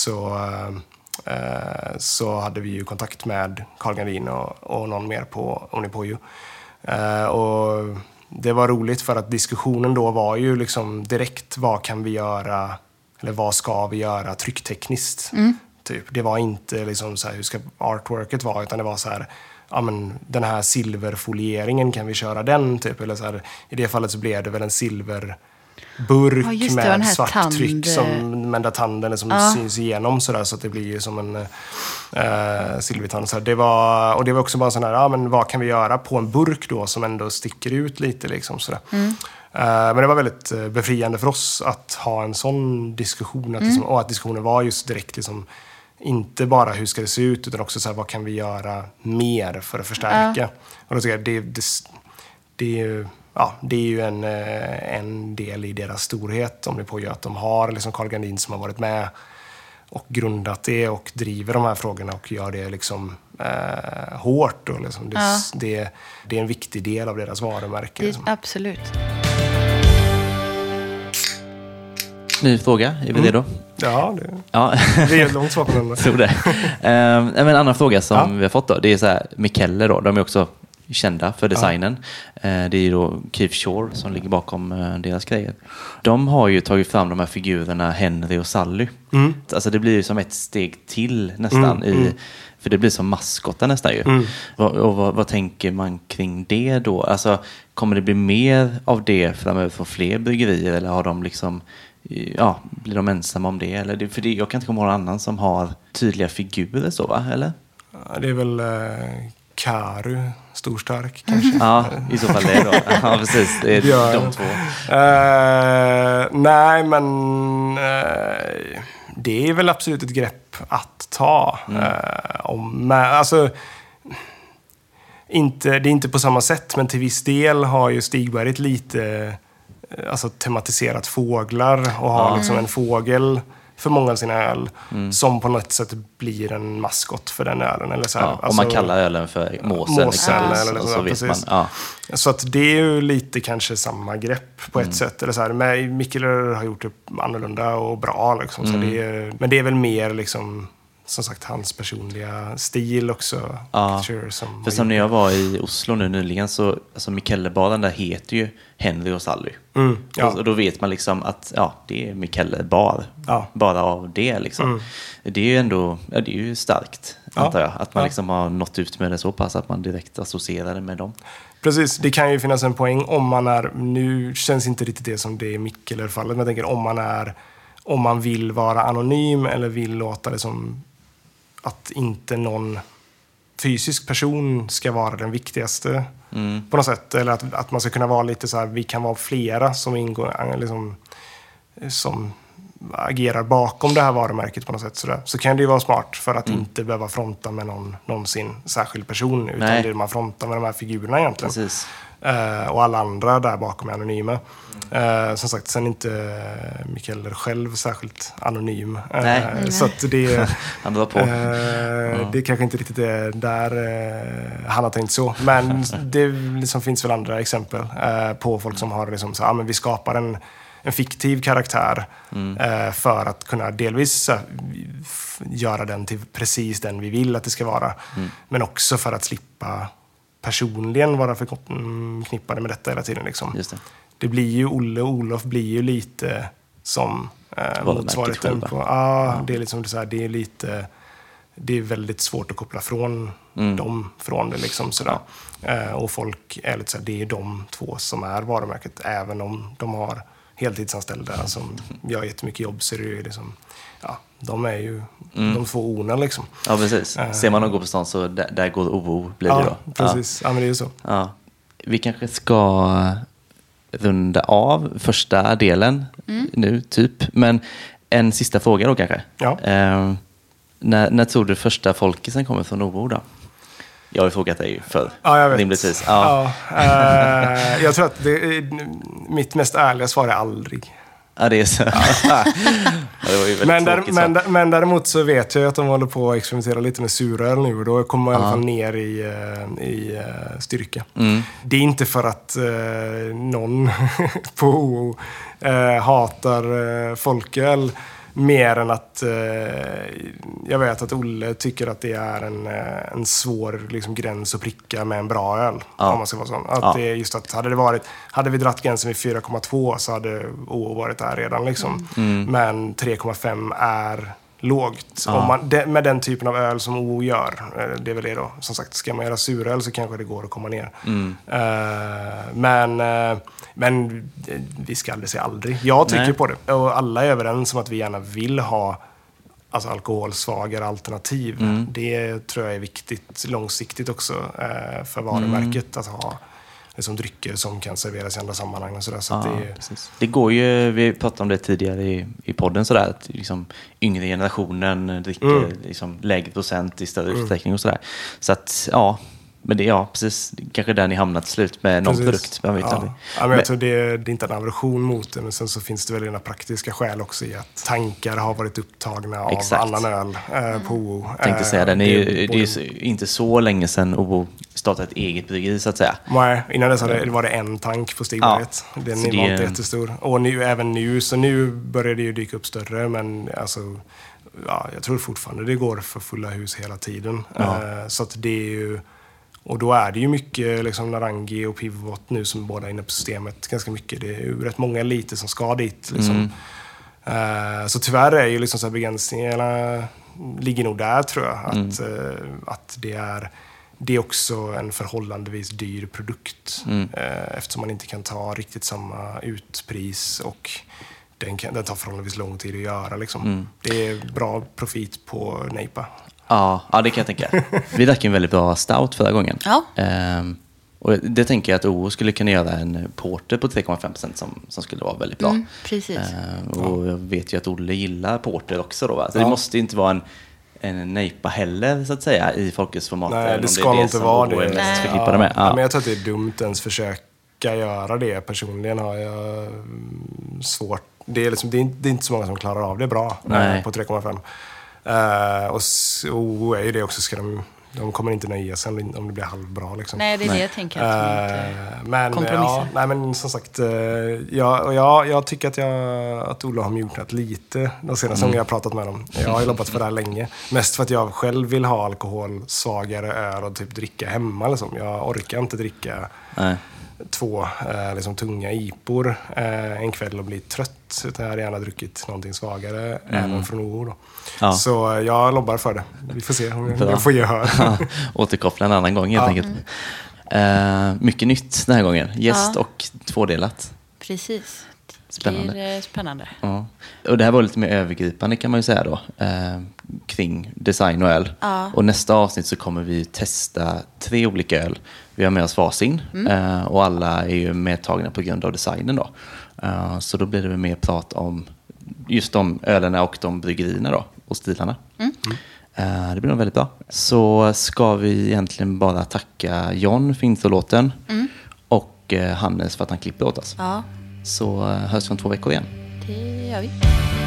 så hade vi ju kontakt med Carl Gandin och någon mer på Onipoju. Och det var roligt för att diskussionen då var ju liksom direkt, vad kan vi göra, eller vad ska vi göra trycktekniskt? Typ. Det var inte liksom så här, hur ska artworket vara, utan det var så här, ja men den här silverfolieringen, kan vi köra den typ? Eller så här, i det fallet så blev det väl en silverburk med svart tryck men där tanden liksom syns igenom så där, så att det blir ju som en silvertand. Så det var också bara sån här, ja men vad kan vi göra på en burk då som ändå sticker ut lite liksom så där. Men det var väldigt befriande för oss att ha en sån diskussion, att liksom, och att diskussionen var just direkt liksom, inte bara hur ska det se ut, utan också så här, vad kan vi göra mer för att förstärka. Och då tycker jag det är ju en del i deras storhet, om det på att de har liksom Carl Gandin som har varit med och grundat det och driver de här frågorna och gör det liksom hårt. Och liksom. Det är en viktig del av deras varumärke. Liksom. Absolut. Ny fråga, är vi det då? Ja, det är ett långt svar på den. Så det. En annan fråga som vi har fått då, det är så här, Mikkeller då, de är också kända för designen. Det är ju då Keith Shore som ligger bakom deras grejer. De har ju tagit fram de här figurerna Henry och Sally. Alltså det blir ju som ett steg till nästan för det blir som maskotar nästan ju. Vad tänker man kring det då? Alltså kommer det bli mer av det framöver för fler bryggerier, eller har de liksom blir de ensamma om det? Eller för jag kan inte komma ihåg någon annan som har tydliga figurer så, va? Eller? Ja, det är väl Karu, storstark kanske. Ja, i så fall det då. Ja, precis. Det är de två. Nej, men det är väl absolut ett grepp att ta. Alltså, det är inte på samma sätt, men till viss del har ju Stigberget lite tematiserat fåglar och har liksom en fågel för många av sina öl som på något sätt blir en maskot för den ölen. Eller så här. Och man kallar ölen för måsen eller så vet man. Ja. Så att det är ju lite kanske samma grepp på ett sätt. Eller så här. Mikkeller har gjort det annorlunda och bra. Liksom. Så men det är väl mer liksom, som sagt, hans personliga stil också. För som när jag var i Oslo nu nyligen, så alltså Mikkellerbaren där heter ju Henry och Sally. Och då vet man liksom att det är Mikkellerbar. Bara av det liksom. Det är ju ändå, det är ju starkt, antar jag. Att man liksom har nått ut med det så pass att man direkt associerar det med dem. Precis, det kan ju finnas en poäng om man är, nu känns inte riktigt det som det är Mikkeller-fallet, men jag tänker om man vill vara anonym eller vill låta det som att inte någon fysisk person ska vara den viktigaste på något sätt. Eller att man ska kunna vara lite så här, vi kan vara flera som ingår, liksom, som agerar bakom det här varumärket på något sätt. Så kan det ju vara smart för att inte behöva fronta med någonsin särskild person, utan det är man frontar med de här figurerna egentligen. Precis. Och alla andra där bakom är anonyma. Som sagt, sen inte Mikkeller själv särskilt anonym. Så att det han drar på. Det kanske inte riktigt är där han har tänkt så. Men det liksom finns väl andra exempel på folk som har liksom så, men vi skapar en fiktiv karaktär för att kunna delvis göra den till precis den vi vill att det ska vara. Men också för att slippa personligen vara förknippade med detta hela tiden. Liksom. Just det. Det blir ju, Olle och Olof blir ju lite som motsvarigheten på... Det är liksom så här, det är väldigt svårt att koppla från dem från det. Liksom, sådär. Och folk är lite så här, det är de två som är varumärket, även om de har heltidsanställda som gör jättemycket jobb, så är det ju liksom... de är ju de två orna liksom. Ja, precis. Ser man dem gå på stan så där går OO blir det då. Precis. Ja, men det är ju så. Ja. Vi kanske ska runda av första delen nu, typ. Men en sista fråga då kanske. Ja. När tror du första folkisen kommer från OO då? Jag har ju frågat dig för rimligtvis. Jag tror att mitt mest ärliga svar är aldrig. Ja, det är så. Men däremot så vet jag att de håller på att experimentera lite med suröl nu. Och då kommer man i alla fall ner i styrka. Det är inte för att någon på OO hatar folköl. Mer än att jag vet att Olle tycker att det är en svår liksom, gräns att pricka med en bra öl. Om man ska vara sån. Att det är just att hade vi dratt gränsen vid 4,2 så hade OO varit där redan. Liksom. Men 3,5 är lågt. Med den typen av öl som OO gör. Det är väl det då. Som sagt, ska man göra suröl så kanske det går att komma ner. Men vi ska aldrig säga aldrig. Jag tycker på det. Och alla är överens om att vi gärna vill ha alltså alkoholsvagare alternativ. Det tror jag är viktigt långsiktigt också för varumärket att ha liksom drycker som kan serveras i andra sammanhang och sådär. Så det går ju, vi pratade om det tidigare i podden sådär, att liksom yngre generationen dricker liksom lägre procent i större utsträckning och sådär. Så att men det precis kanske där ni hamnat till slut med någon produkt. Men jag tror det är inte en aversion mot det, men sen så finns det väl några praktiska skäl också i att tankar har varit upptagna av annan öl på OO. Jag tänkte säga det är ju inte så länge sedan OO startade ett eget bryggeri så att säga. Nej, innan dess var det en tank på Stigberget. Den var inte jättestor. Och även nu, så nu börjar det ju dyka upp större, men alltså jag tror fortfarande det går för fulla hus hela tiden. Så att det är ju. Och då är det ju mycket liksom Narangi och Pivot nu som båda är inne på systemet ganska mycket. Det är ju rätt många eliter som ska dit. Liksom. Så tyvärr är ju liksom så här begränsningarna ligger nog där tror jag. Att det är också en förhållandevis dyr produkt. Eftersom man inte kan ta riktigt samma utpris och den tar förhållandevis lång tid att göra. Liksom. Det är bra profit på Neipa. Ja, det kan jag tänka. Vi drack en väldigt bra stout förra gången. Ja. Och det tänker jag att OO skulle kunna göra en porter på 3,5% som skulle vara väldigt bra. Precis. Och jag vet ju att Olle gillar porter också då. Va? Så det måste inte vara en nejpa heller så att säga i folkets-format. Nej, det ska nog inte vara det. Mest förknippade med. Men jag tror att det är dumt ens försöka göra det. Personligen har jag svårt. Det är inte så många som klarar av det bra på 3,5. Och OO är ju det också, de kommer inte nöja sig om det blir halvbra liksom. Nej, det är det jag tänker att kompromissa. Men som sagt jag tycker att Ola har mjuknat lite de senaste gångerna jag har pratat med dem. Jag har jobbat för det här länge. Mest för att jag själv vill ha alkoholsvagare öl och typ dricka hemma liksom. Jag orkar inte dricka 2 liksom tunga ipor en kväll och bli trött. Utan jag hade gärna druckit någonting svagare även från OO då. Ja. Så jag lobbar för det. Vi får se om jag får gehör. Återkoppla en annan gång helt enkelt. Mycket nytt den här gången. Gäst och 2-delat. Precis. Spännande. Det är spännande. Ja. Och det här var lite mer övergripande kan man ju säga då. Kring design och öl. Ja. Och nästa avsnitt så kommer vi testa 3 olika öl. Vi har med oss varsin. Och alla är ju medtagna på grund av designen då. Så då blir det mer prat om just de ölerna och de bryggerierna då. Och stilarna. Det blir nog väldigt bra. Så ska vi egentligen bara tacka John för introlåten. Och Hannes för att han klipper åt oss. Ja. Så hörs vi om 2 veckor igen. Det gör vi.